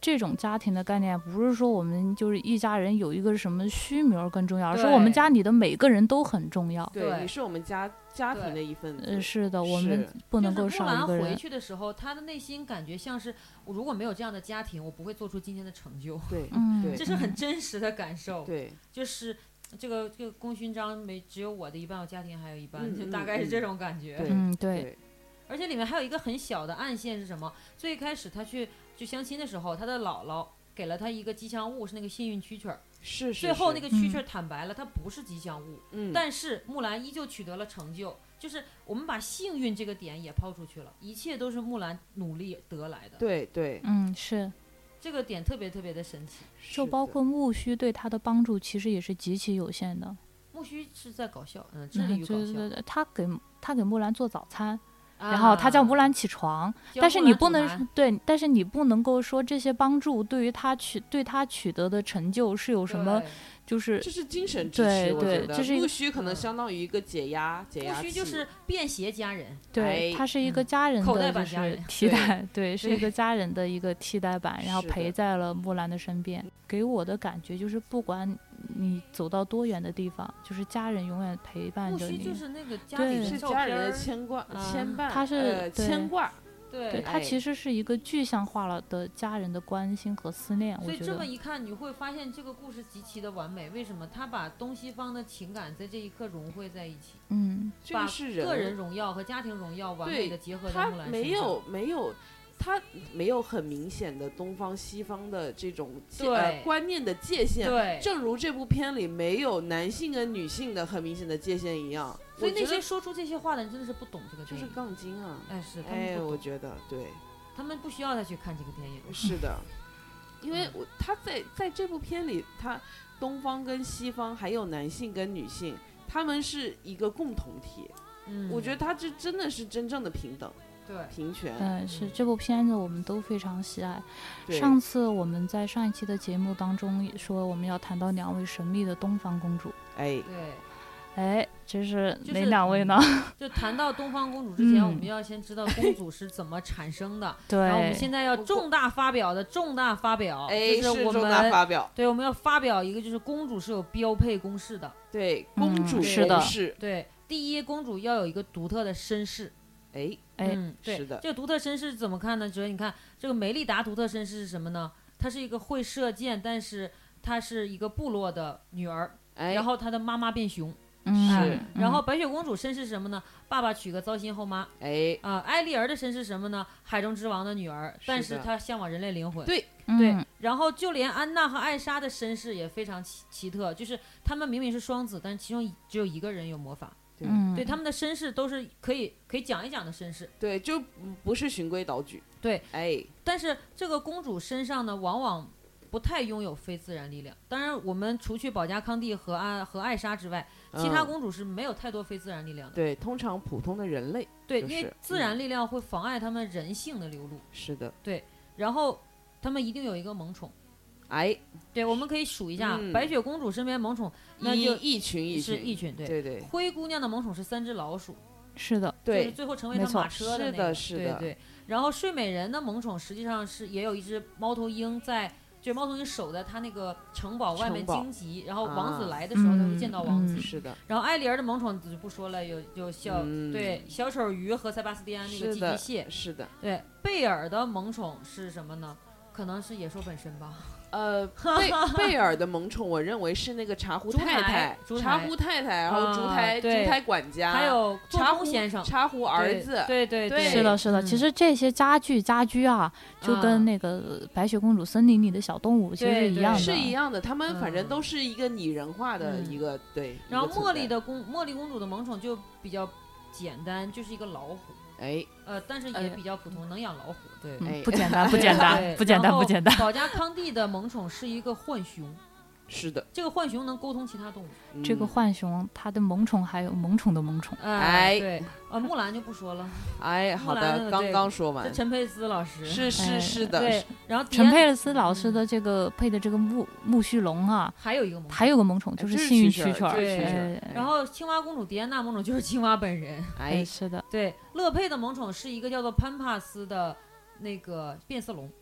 这种家庭的概念，不是说我们就是一家人有一个什么虚名更重要，而是我们家里的每个人都很重要。 对，你是我们家家庭的一份子。 呃，是的，我们不能够少一个人。 就是木兰回去的时候，他的内心感觉像是，如果没有这样的家庭，我不会做出今天的成就。 对， 嗯， 对， 这是很真实的感受。 对， 就是这个这个功勋章没只有我的一半，我家庭还有一半， 嗯、 就大概是这种感觉。 嗯， 对。 对。 而且里面还有一个很小的暗线是什么？最开始他去就相亲的时候，他的姥姥给了他一个吉祥物，是那个幸运蛐蛐儿。 是是。 最后那个蛐蛐儿坦白了，它不是吉祥物。 嗯。 但是木兰依旧取得了成就，就是我们把幸运这个点也抛出去了，一切都是木兰努力得来的。 对对。 嗯，是。 这个点特别特别的神奇。 就包括木须对他的帮助，其实也是极其有限的。 木须是在搞笑，嗯，致力于搞笑。 对对对，他给他给木兰做早餐。然后他叫木兰起床， 啊、 但是你不能对，但是你不能够说这些帮助对于他取对他取得的成就是有什么，就是这是精神支持。 对对，这是木须可能相当于一个解压、嗯、解压器。 木须就是便携家人， 对，他是一个家人的就是替代， 嗯、 对，是一个家人的一个替代版，然后陪在了木兰的身边。给我的感觉就是，不管你走到多远的地方，就是家人永远陪伴着你。 木须就是那个家里是家人的牵挂、 嗯、 牵绊， 他是、 呃、牵挂。 对， 对，它其实是一个具象化了的家人的关心和思念。 所以这么一看，你会发现这个故事极其的完美。为什么？他把东西方的情感在这一刻融汇在一起。 嗯， 把个人荣耀和家庭荣耀完美的结合在木兰身上。 没有没有。它没有很明显的东方西方的这种、呃、观念的界限， 对， 正如这部片里没有男性跟女性的很明显的界限一样。 所以那些说出这些话的人真的是不懂这个电影， 就是杠精啊！ 哎，是，他们不懂， 哎，我觉得对， 他们不需要再去看这个电影。 是的，因为我他在在这部片里，他东方跟西方还有男性跟女性，他们是一个共同体。 嗯， 我觉得他这真的是真正的平等。 对， 平权。 嗯，是这部片子我们都非常喜爱。上次我们在上一期的节目当中也说，我们要谈到两位神秘的东方公主。 哎， 对， 哎，这是哪两位呢？ 就谈到东方公主之前，嗯、我们要先知道公主是怎么产生的。 对， 然后我们现在要重大发表的重大发表， 哎， 就是我们重大发表。 对，我们要发表一个，就是公主是有标配公式的。 对，公主公式。 嗯、 是对，第一，公主要有一个独特的身世。 哎哎、 嗯，对， 是的。 这个独特身世怎么看呢？主要你看这个梅丽达独特身世是什么呢？她是一个会射箭，但是她是一个部落的女儿， 哎、 然后她的妈妈变熊。 嗯， 哎、然后白雪公主身世是什么呢？爸爸娶个糟心后妈。 哎， 啊、呃，艾丽儿的身世是什么呢？海中之王的女儿，但是她向往人类灵魂。 对对、 嗯， 然后就连安娜和艾莎的身世也非常奇奇特，就是她们明明是双子，但是其中只有一个人有魔法。 对， 嗯、 对，他们的身世都是可以可以讲一讲的身世。 对，就不是循规蹈矩。 对， 哎， 但是这个公主身上呢，往往不太拥有非自然力量。当然，我们除去保加康帝和安和艾莎之外，其他公主是没有太多非自然力量的。 嗯、对，通常普通的人类。 对， 就是、 因为自然力量会妨碍他们人性的流露。 是的。 对，然后他们一定有一个萌宠。 哎， 对，我们可以数一下， 嗯、 白雪公主身边萌宠那就一群一群是一群，对对对。 灰姑娘的萌宠是三只老鼠， 是的， 对，就是最后成为她马车的那个， 是的，是的， 对对。然后睡美人的萌宠实际上是也有一只猫头鹰在，就是猫头鹰守在她那个城堡外面荆棘，然后王子来的时候才会见到王子。 嗯嗯、 是的。 然后艾丽儿的萌宠就不说了，有有小、 嗯、 对小丑鱼和塞巴斯蒂安那个寄居蟹， 是的。 对，贝尔的萌宠是什么呢？可能是野兽本身吧。 呃，贝贝尔的萌宠，我认为是那个茶壶太太，茶壶太太，然后烛台烛台管家， 还有茶壶先生， 茶壶儿子， 对对对， 是的，是的。其实这些家具家居啊，就跟那个白雪公主森林里的小动物其实是一样的， 是一样的。他们反正都是一个拟人化的一个对。 然后茉莉的公茉莉公主的萌宠就比较简单，就是一个老虎。 哎， 呃，但是也比较普通，呃、能养老虎，对， 嗯、不简单，不简单，不简单，不简单。 保加康帝的萌宠是一个浣熊， 是的， 这个浣熊能沟通其他动物。 嗯、 这个浣熊，它的萌宠还有萌宠的萌宠。 哎，对，呃，木兰就不说了。 哎，好的，刚刚说完。 这陈佩斯老师是是是的， 对。然后陈佩斯老师的这个配的这个木木须龙啊， 还有一个还有个萌宠就是幸运蛐蛐儿。 对。然后青蛙公主狄安娜萌宠就是青蛙本人。 哎，是的。 对，乐佩的萌宠是一个叫做潘帕斯的那个变色龙。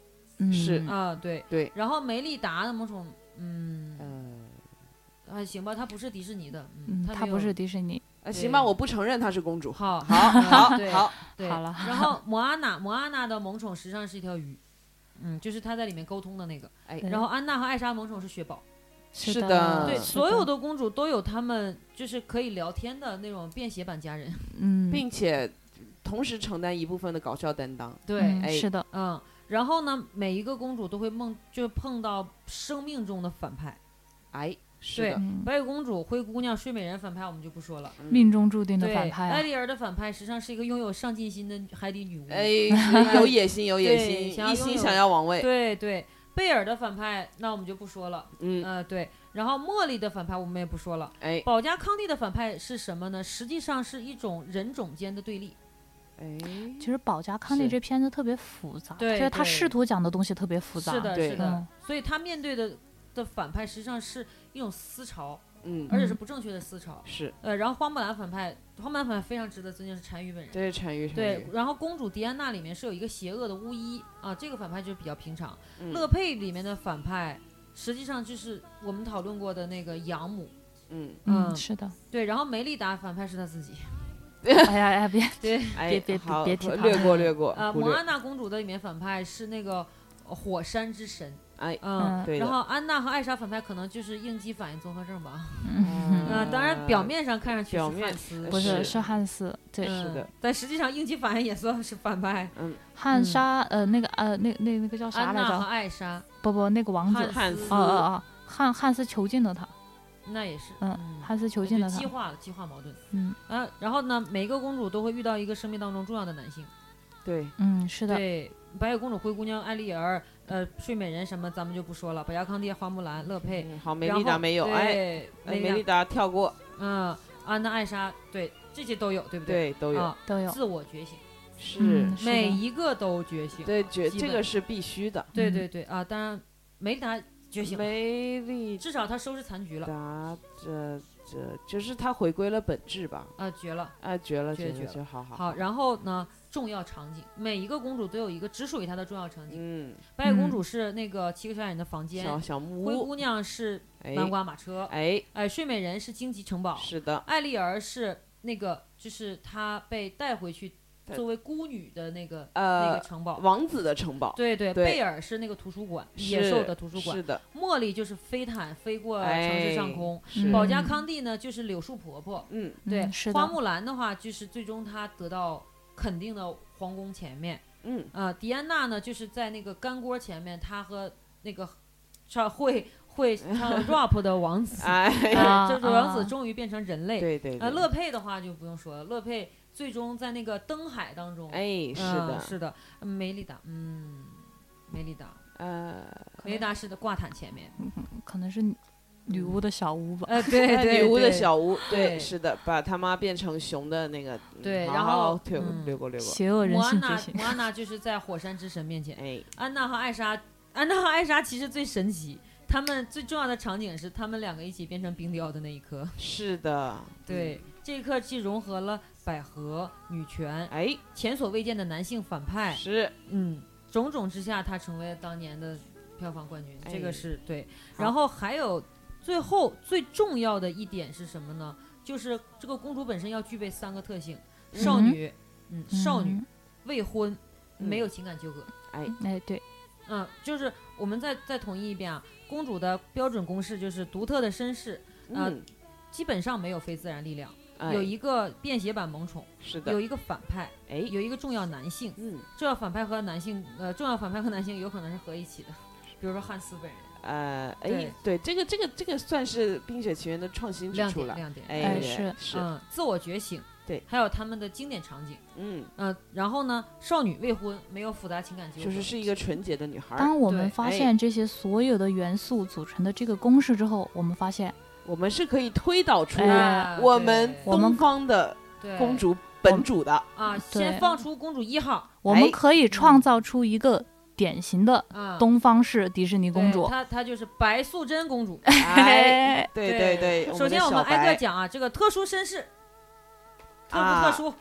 嗯是啊，对对。 然后梅丽达的萌宠，嗯， 呃， 还行吧，它不是迪士尼的， 嗯， 它没有它不是迪士尼。 呃，行吧，我不承认她是公主。 好， 好，好， 对好， 对， 好了然后摩阿娜，摩阿娜的萌宠实际上是一条鱼，嗯，就是她在里面沟通的那个。 哎， 对然后安娜和艾莎萌宠是雪宝。 是的呃对， 是所有的公主都有她们就是可以聊天的那种便携版家人。 嗯， 并且同时承担一部分的搞笑担当。 对， 嗯哎是的， 嗯，然后呢，每一个公主都会梦，就碰到生命中的反派。 哎，是对的， 嗯白雪公主、灰姑娘、睡美人反派我们就不说了。 嗯命中注定的对， 反派啊。 艾丽儿的反派实际上是一个拥有上进心的海底女巫。 哎，是有野心，有野对心，一心想要拥有想要王位。 对对，贝尔的反派那我们就不说了。 嗯， 呃，对，然后茉莉的反派我们也不说了。 哎， 保加康帝的反派是什么呢？实际上是一种人种间的对立。 哎， 其实保加康帝是这片子特别复杂， 对就是他对试图讲的东西特别复杂。 是的， 对是的嗯， 所以他面对的的反派实际上是一种思潮， 嗯， 而且是不正确的思潮。 是， 呃，然后花木兰反派，花木兰反派非常值得尊敬，是单于本人。 这是单于， 对，然后公主狄安娜里面是有一个邪恶的巫医啊，这个反派就是比较平常。 嗯乐佩里面的反派实际上就是我们讨论过的那个养母。 嗯， 嗯， 嗯是的。 对，然后梅丽达反派是她自己。 哎呀哎呀，别对， 哎， 别别好别提他略过，略过。 呃， 忽略摩安娜公主的里面反派是那个呃火山之神。 哎， 嗯， 嗯对的然后安娜和艾莎反派可能就是应激反应综合症吧。 嗯呃，当然表面上看上去是表面汉斯， 不是是是汉斯，对， 嗯是的， 但实际上应激反应也算是反派。 嗯， 汉莎呃那个呃那那那个叫啥来安娜和着？ 艾莎， 不不，那个王子。 汉斯哦哦哦，汉汉斯囚禁了他。 那也是， 嗯，汉斯囚禁了他就激。化了，激化矛盾。 嗯啊，然后呢，每个公主都会遇到一个生命当中重要的男性。 对， 嗯，是的。 对，白雪公主、灰姑娘、艾丽儿、呃，睡美人什么咱们就不说了。保加康帝、花木兰、乐佩， 嗯好，梅然后丽达没有，哎， 对， 哎梅丽梅丽达跳过， 达，嗯，安娜、艾莎，对，这些都有，对不对？ 对，都有， 啊， 都有。 自我觉醒， 是嗯，是的每一个都觉醒。 对，觉基本这个是必须的。 嗯对对对啊，当然梅丽达觉醒了， 梅丽至少她收拾残局了， 达这这就是她回归了本质吧？ 啊，绝了。 啊，绝了，绝了， 绝绝了绝好好。 好，然后呢，重要场景，每一个公主都有一个只属于她的重要场景。 嗯， 白雪公主是那个七个小矮人的房间， 小小木屋， 灰姑娘是哎南瓜马车， 哎， 哎，睡美人是荆棘城堡， 是的， 艾丽儿是那个就是她被带回去对作为孤女的那个、那个呃， 城堡。 王子的城堡， 对对， 对贝尔是那个图书馆， 是野兽的图书馆。 是的， 茉莉就是飞毯飞过城哎市上空， 是， 保加康帝呢就是柳树婆婆。 嗯， 对， 嗯是的花木兰的话就是最终她得到肯定的皇宫前面。 嗯， 啊、狄安娜呢就是在那个干锅前面，她和那个唱会会唱 rap 的王子， 哎， 啊这个王子啊终于变成人类。 对对， 呃， 对乐佩的话就不用说了，乐佩最终在那个灯海当中， 哎，是嗯的， 是的，梅丽达，嗯，梅丽达， 呃， 梅丽达是的挂毯前面， 可能是女巫的小屋吧。 呃，对哎对， 女巫的对小屋，对， 对是的，把他妈变成熊的那个，嗯好对然后好略过嗯略过略过， 邪恶人摩安娜， 性觉醒。 摩安娜就是在火山之神面前， 哎， 安娜和艾莎，安娜和艾莎其实最神奇，他们最重要的场景是他们两个一起变成冰雕的那一刻。 是的， 对，这一刻既融合了百合、女权、 哎， 前所未见的男性反派， 是， 嗯，种种之下，他成为了当年的票房冠军， 哎这个是对。 好然后还有最后最重要的一点是什么呢？就是这个公主本身要具备三个特性：少女，嗯，少女， 嗯未婚， 嗯没有情感纠葛。 哎， 哎，对， 嗯，就是我们再再统一一遍啊，公主的标准公式就是独特的身世，啊嗯， 基本上没有非自然力量， 哎有一个便携版萌宠， 是的有，一个反派， 哎， 有一个重要男性。 嗯， 重要反派和男性，呃，重要反派和男性有可能是合一起的，比如说汉斯本人。 呃，哎对， 对，这个这个这个算是《冰雪奇缘》的创新之亮点， 处了， 亮点。 哎， 哎对是是， 嗯，自我觉醒， 对， 还有他们的经典场景， 嗯， 嗯，然后呢，少女未婚，没有复杂情感纠葛， 就是是一个纯洁的女孩儿。 当我们对发哎现这些所有的元素组成的这个公式之后，我们发现我们是可以推导出哎对我们我们东方的对公主本主的， 啊， 对先放出公主一号我们哎可以创造出一个典型的啊， 东方式迪士尼公主。 对她她就是白素贞公主。 哎，对对对对， 首先我们们的小白挨个讲啊，这个特殊身世，特不啊特殊？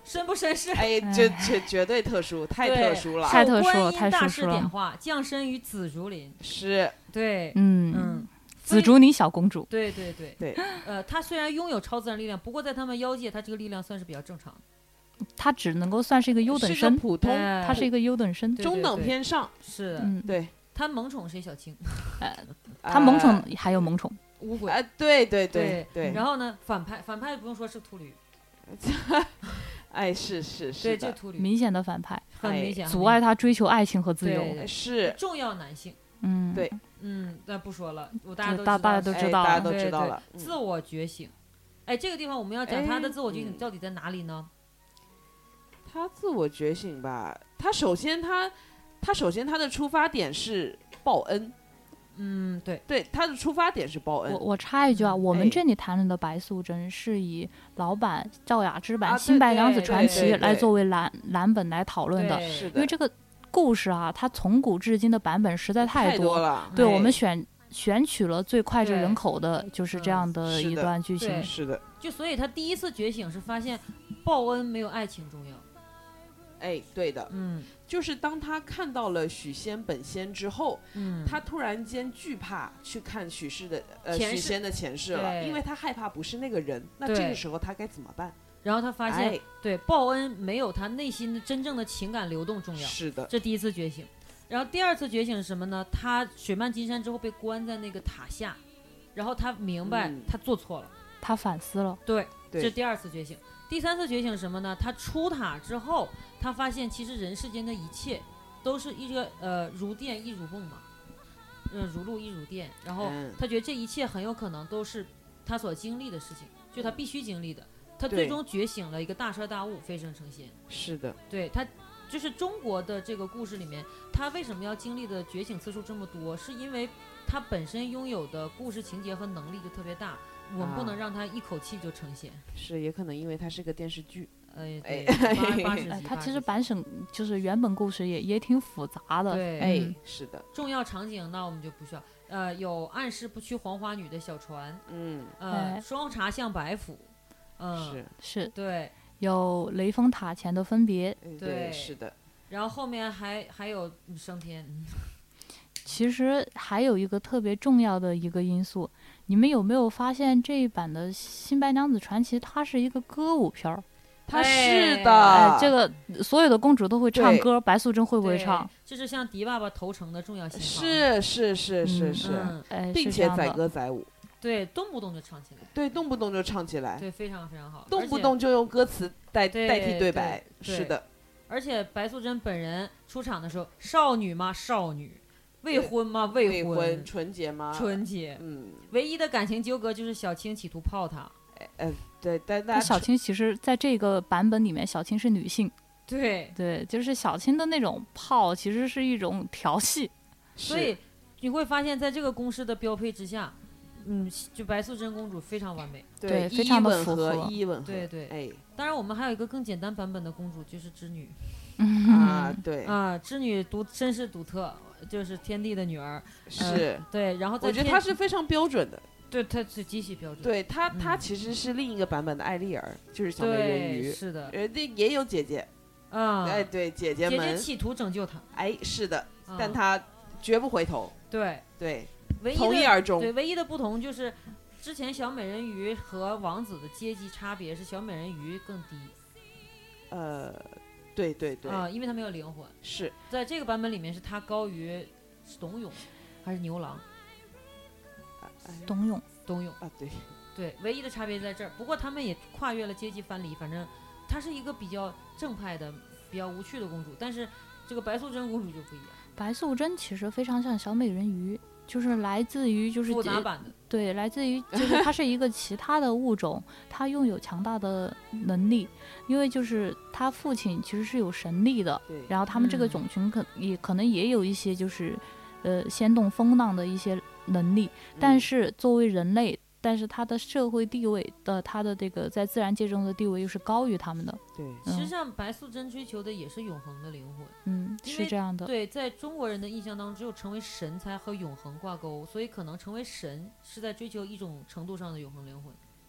绅不绅士？ 哎，这这绝对特殊，太特殊了， 太特殊了， 观音大士太殊了。 点化，降生于紫竹林。 是， 对， 嗯嗯， 紫竹林小公主。 对对对对， 呃，她虽然拥有超自然力量，不过在他们妖界，她这个力量算是比较正常的。 她只能够算是一个优等是个生， 普通， 哎她是一个优等生。 对中等偏上， 是的， 嗯， 对， 她萌宠谁？小青， 她萌宠啊还有萌宠。 乌龟。 啊，对对对对， 然后呢，反派反派不用说是秃驴， 哎，是是是对， 的， 这秃驴明显的反派， 哎很明显， 阻碍她追求爱情和自由。 对对是， 重要男性。 嗯， 对嗯，那不说了，我大家都知道这大大家都哎知道了大家都对对知道了，嗯自我觉醒。哎，这个地方我们要讲他的哎自我觉醒嗯到底在哪里呢？ 他自我觉醒吧，他首先他他首先他的出发点是报恩， 嗯，对， 对，他的出发点是报恩我，我插一句啊， 嗯我们哎这里谈论的白素贞是以老版赵雅芝版啊 《新白娘子对传奇》 对对来作为蓝蓝本来讨论的， 对是的， 因为这个故事啊，它从古至今的版本实在太多。 了， 对， 哎我们选选取了最脍炙对人口的，就是这样的一是的段剧情对。 是的， 就所以他第一次觉醒是发现报恩没有爱情重要。 哎，对的， 嗯就是当他看到了许仙本仙之后， 嗯， 他突然间惧怕去看许氏的呃前世许仙的前世了， 对因为他害怕不是那个人，那对这个时候他该怎么办？ 然后他发现、 哎， 对报恩没有他内心的真正的情感流动重要。 是的， 这第一次觉醒。然后第二次觉醒是什么呢？他水漫金山之后被关在那个塔下，然后他明白嗯他做错了。 他反思了， 对， 对这是第二次觉醒。第三次觉醒是什么呢？他出塔之后，他发现其实人世间的一切都是一个呃如电亦如梦嘛，呃如露亦如电。然后嗯他觉得这一切很有可能都是他所经历的事情，就他必须经历的。他对最终觉醒了一个大彻大悟，飞升成仙。 是的， 对他，就是中国的这个故事里面，他为什么要经历的觉醒次数这么多？是因为他本身拥有的故事情节和能力就特别大，我们不能啊让他一口气就成仙。 是也可能因为它是个电视剧， 呃， 哎对，八八十哎， 集， 它其实八十集版本就是原本故事也也挺复杂的。 对， 哎嗯， 是的， 重要场景那我们就不需要。呃，有暗示不屈黄花女的小船， 嗯， 呃， 哎双茶像白虎，嗯， 是， 是对， 有雷峰塔前的分别。 哎对对，是的， 然后后面还还有嗯升天，嗯其实还有一个特别重要的一个因素，你们有没有发现这一版的《新白娘子传奇》它是一个歌舞片儿？ 他哎是的， 哎，这个所有的公主都会唱对歌，白素贞会不会对唱？ 这是向迪爸爸投诚的重要信号。 是是是是嗯是， 嗯， 哎， 并且载是这样的。 歌载舞， 对，动不动就唱起来， 对，动不动就唱起来， 对，非常非常好， 动不而且动就用歌词代对代替对对白， 对是的， 而且白素贞本人出场的时候，少女吗？少女，未婚吗？ 未婚， 婚纯洁吗？ 纯洁。 嗯， 唯一的感情纠葛就是小青企图泡他。 呃，对，但大那家小青其实在这个版本里面，小青是女性， 对， 对，就是小青的那种泡，其实是一种调戏。 所以你会发现在这个公式的标配之下，嗯，就白素贞公主非常完美。 对对非常的一吻合， 符合一吻合， 对对哎当然，我们还有一个更简单版本的公主，就是织女啊，对， 啊，织女独身世独特，就是天帝的女儿。 是， 对，然后在我觉得天她是非常标准的， 对，她是极其标准。 对她，她嗯其实是另一个版本的艾丽儿，就是小美人对， 鱼， 是的， 人家也有姐姐， 啊， 哎，对，姐姐们， 姐姐企图拯救她， 哎，是的， 啊但她绝不回头， 对对， 唯一从一的而终， 对唯一的不同就是，之前小美人鱼和王子的阶级差别是小美人鱼更低呃，对对对， 啊，因为她没有灵魂。 是， 在这个版本里面是她高于是董永还是牛郎？ 哎董永， 董永。 啊，对， 对，唯一的差别在这儿。不过他们也跨越了阶级藩篱，反正她是一个比较正派的、比较无趣的公主，但是这个白素贞公主就不一样， 白素贞其实非常像小美人鱼，就是来自于就是复杂版的。 对，来自于就是它是一个其他的物种，它拥有强大的能力，因为就是他父亲其实是有神力的， 对， 然后他们这个嗯种群可也可能也有一些就是呃掀动风浪的一些能力，但嗯是作为人类，但是他的社会地位的他的这个在自然界中的地位又是高于他们的， 对， 实际上，白素贞追求的也是永恒的灵魂。 嗯， 因为是这样的， 对，在中国人的印象当中，只有成为神才和永恒挂钩，所以可能成为神是在追求一种程度上的永恒灵魂。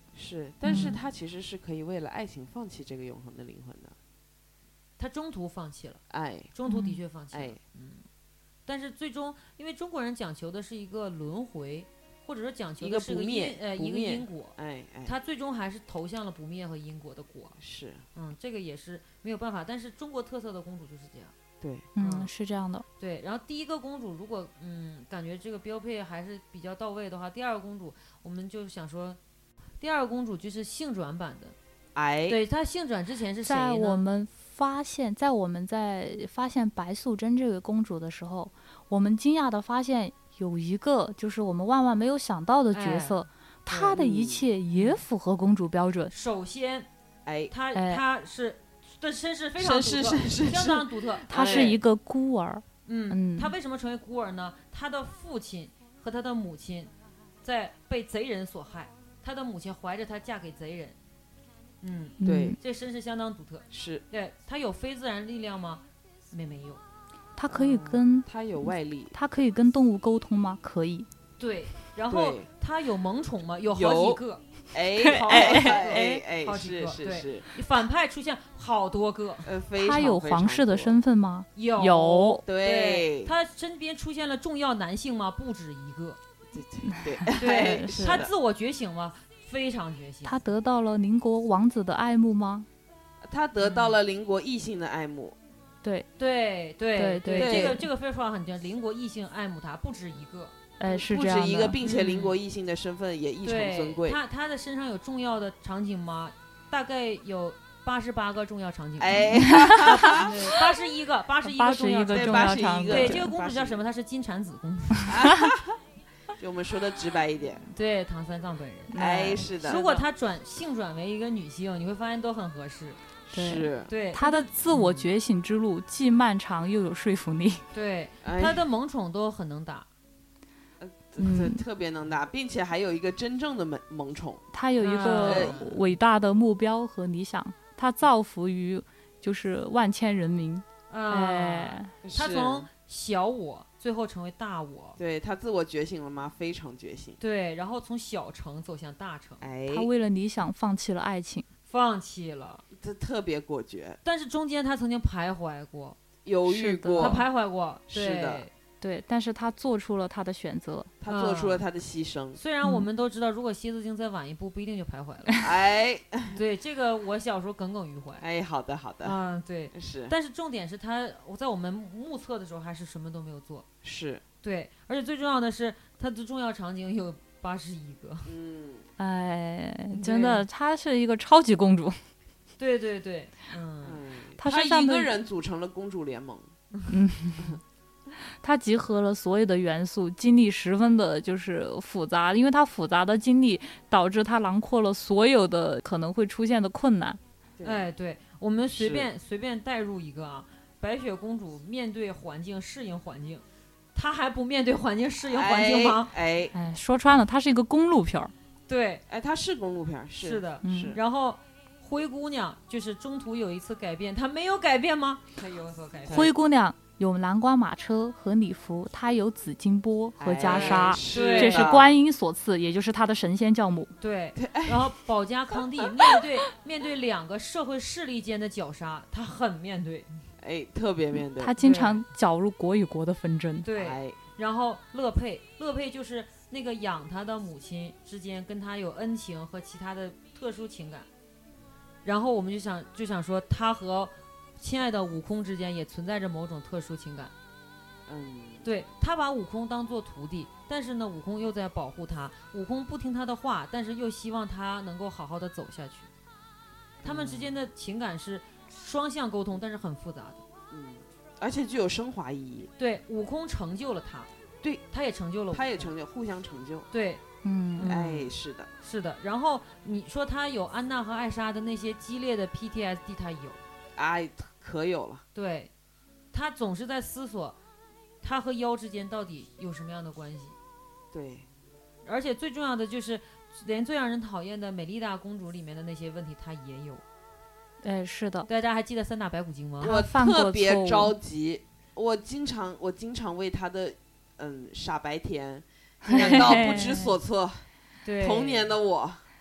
是，但是嗯他其实是可以为了爱情放弃这个永恒的灵魂的。 他中途放弃了， 哎中途的嗯确放弃了， 哎， 嗯，但是最终，因为中国人讲求的是一个轮回，或者说讲求一的是个个不灭因呃一个不灭因果， 哎哎， 他最终还是投向了不灭和因果的果。 是嗯，这个也是没有办法，但是中国特色的公主就是这样。 对， 嗯， 嗯是这样的。 对，然后第一个公主如果嗯感觉这个标配还是比较到位的话，第二个公主我们就想说，第二个公主就是性转版的。 哎， 对，她性转之前是谁在我呢？ 们发现，在我们在发现白素贞这位公主的时候，我们惊讶的发现有一个就是我们万万没有想到的角色，她的一嗯切也符合公主标准。 首先， 哎， 她哎她是的身世非常身独特， 世身世相当独特。 她是一个孤儿。 嗯， 嗯她为什么成为孤儿呢？她的父亲和她的母亲在被贼人所害，她的母亲怀着她嫁给贼人。嗯， 对嗯这身世相当独特。 是对，她有非自然力量吗？没没有。 她可以跟他有外力， 她可以跟动物沟通吗？可以。 对，然后对她有萌宠吗？有好有几个。 哎好哎几个哎哎， 好几是个对是是， 反派出现好多个， 呃，非常她有非常皇室的多身份吗？ 有有对他身边出现了重要男性吗？不止一个。 对对对对， 是的他自我觉醒吗？非常觉醒。 她得到了邻国王子的爱慕吗？ 他得到了邻国异性的爱慕， 对， 对对对对这个这个非常很正，邻国异性爱慕他不止一个。 哎，是不这样的。 止一个，并且嗯邻国异性的身份也异常尊对， 贵。 他他的身上有重要的场景吗？大概有八十八个重要场景。 哎， 八十一个，八十一八个重要十一个重场景。 八十一个要场景。 对， 对这个公主叫 81 什么？她是金蝉子公主。 就我们说的直白一点， 对，唐三藏本人。 哎，是的， 如果她转性转为一个女性，你会发现都很合适。 对是， 对， 她的自我觉醒之路既漫长又有说服力。 对， 哎她的萌宠都很能打。 嗯特别能打，并且还有一个真正的萌萌宠， 她有一个哎伟大的目标和理想，她造福于就是万千人民。 啊， 哎， 是她从小我最后成为大我。 对他自我觉醒了吗？非常觉醒， 对，然后从小城走向大城， 哎， 她为了理想放弃了爱情。 放弃了。 这特别果决， 但是中间她曾经徘徊过， 犹豫是的过她，徘徊过。 是对的对，但是她做出了她的选择。 他做出了他的牺牲， 虽然我们都知道，如果蝎子精再晚一步，不一定就徘徊了。 哎对，这个我小时候耿耿于怀。 哎，好的好的， 嗯，对。 是但是重点是他，我在我们目测的时候还是什么都没有做。 是， 对，而且最重要的是，它的重要场景有八十一个。 嗯， 哎，真的，她是一个超级公主。 对对对，嗯， 嗯他他一个身上的人组成了公主联盟， 她集合了所有的元素，经历十分的就是复杂，因为她复杂的经历导致她囊括了所有的可能会出现的困难。 对哎，对，我们随是便随便带入一个啊，白雪公主面对环境适应环境，她还不面对环境适应环境吗？ 哎哎，说穿了，它是一个公路片儿。 对， 哎，它是公路片儿，是是的。 嗯是， 然后灰姑娘就是中途有一次改变，她没有改变吗？她有所改变。 灰姑娘有蓝光马车和礼服，她有紫金波和袈裟， 哎是对这是的观音所赐，也就是她的神仙教母。 对， 哎然后保加康帝面对面对两个社会势力间的绞杀，他很面对。 哎，特别面对， 她经常搅入国与国的纷争。 对， 哎， 然后乐佩，乐佩就是那个养他的母亲之间跟他有恩情和其他的特殊情感。然后我们就想就想说，他和亲爱的悟空之间也存在着某种特殊情感。 嗯， 对，他把悟空当做徒弟，但是呢，悟空又在保护他。悟空不听他的话，但是又希望他能够好好的走下去。他们之间的情感是双向沟通，但是很复杂的。 嗯，而且具有升华意义， 对，悟空成就了他， 对， 他也成就了悟空， 他也成就，互相成就， 对， 嗯， 嗯哎，是的， 是的。然后你说他有安娜和艾莎的那些激烈的 P T S D， 他有， 哎，可有了， 对，他总是在思索，他和妖之间到底有什么样的关系。 对， 而且最重要的就是，连最让人讨厌的美丽大公主里面的那些问题，他也有。 哎，是的， 大家还记得三打白骨精吗？ 我犯过特别错误着急，我经常我经常为他的嗯傻白甜感到不知所措。 对， 童年的我，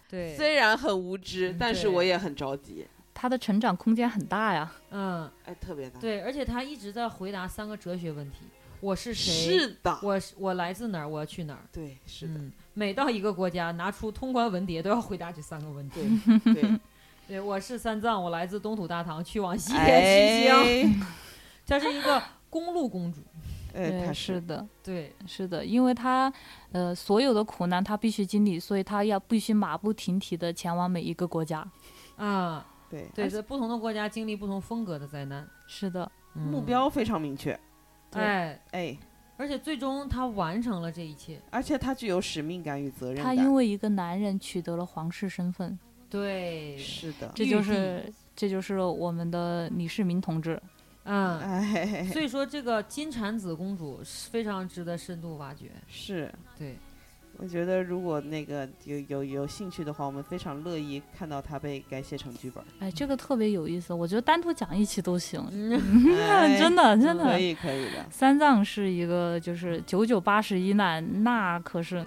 对， 虽然很无知，但是我也很着急。 他的成长空间很大呀。 嗯， 哎，特别大。 对，而且他一直在回答三个哲学问题：我是谁？ 是的。 我我来自哪儿？我要去哪儿？ 对，是的。 嗯，每到一个国家，拿出通关文牒都要回答这三个问题。 对对对，我是三藏，我来自东土大唐，去往西天取经。 哎、 她是一个公路公主。 呃，她是的， 对， 是的，因为她呃所有的苦难她必须经历，所以她要必须马不停蹄的前往每一个国家。 啊。 对对，在不同的国家经历不同风格的灾难。 是的， 嗯、 目标非常明确。 哎哎， 而且最终他完成了这一切， 而且他具有使命感与责任感。 他因为一个男人取得了皇室身份。 对， 是的， 这就是这就是我们的李世民同志。 嗯， 哎， 所以说这个金蝉子公主是非常值得深度挖掘。 是， 对。 我觉得如果那个有有有兴趣的话，我们非常乐意看到它被改写成剧本。 哎，这个特别有意思，我觉得单独讲一期都行。 嗯哎、 真的真的可以可以的。 三藏是一个就是九九八十一难，那可是。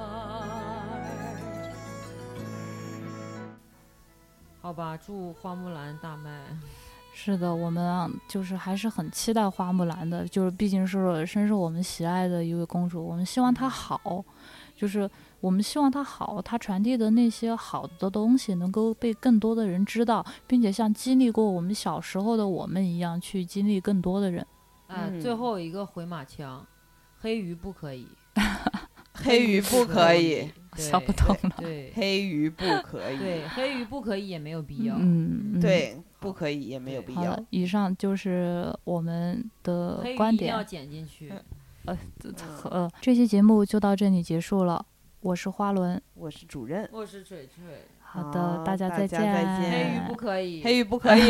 好吧，祝花木兰大卖。 是的，我们、啊、就是还是很期待花木兰的，就是毕竟是深受我们喜爱的一位公主，我们希望她好。就是我们希望她好，她传递的那些好的东西能够被更多的人知道，并且像经历过我们小时候的我们一样去经历更多的人。 哎、嗯，最后一个回马枪，黑鱼不可以， 黑鱼不可以， 想不通了。 对， 黑鱼不可以， 对，黑鱼不可以也没有必要。 嗯， 对，不可以也没有必要。 以上就是我们的观点。 要剪进去。 呃呃，这期节目就到这里结束了。我是花轮， 我是主任， 我是锤锤。 好的， 好大家再见。 再见。 黑鱼不可以， 黑鱼不可以。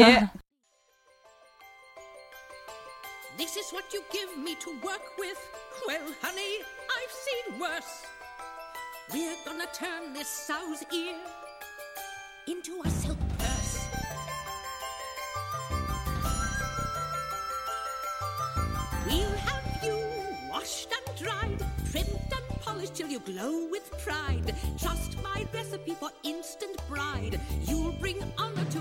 This is what you give me to work with. Well, honey, I've seen worse. We're gonna turn this sow's ear into a silk purse. We'll have you washed and dried, trimmed and polished till you glow with pride. Trust my recipe for instant bride. You'll bring honor to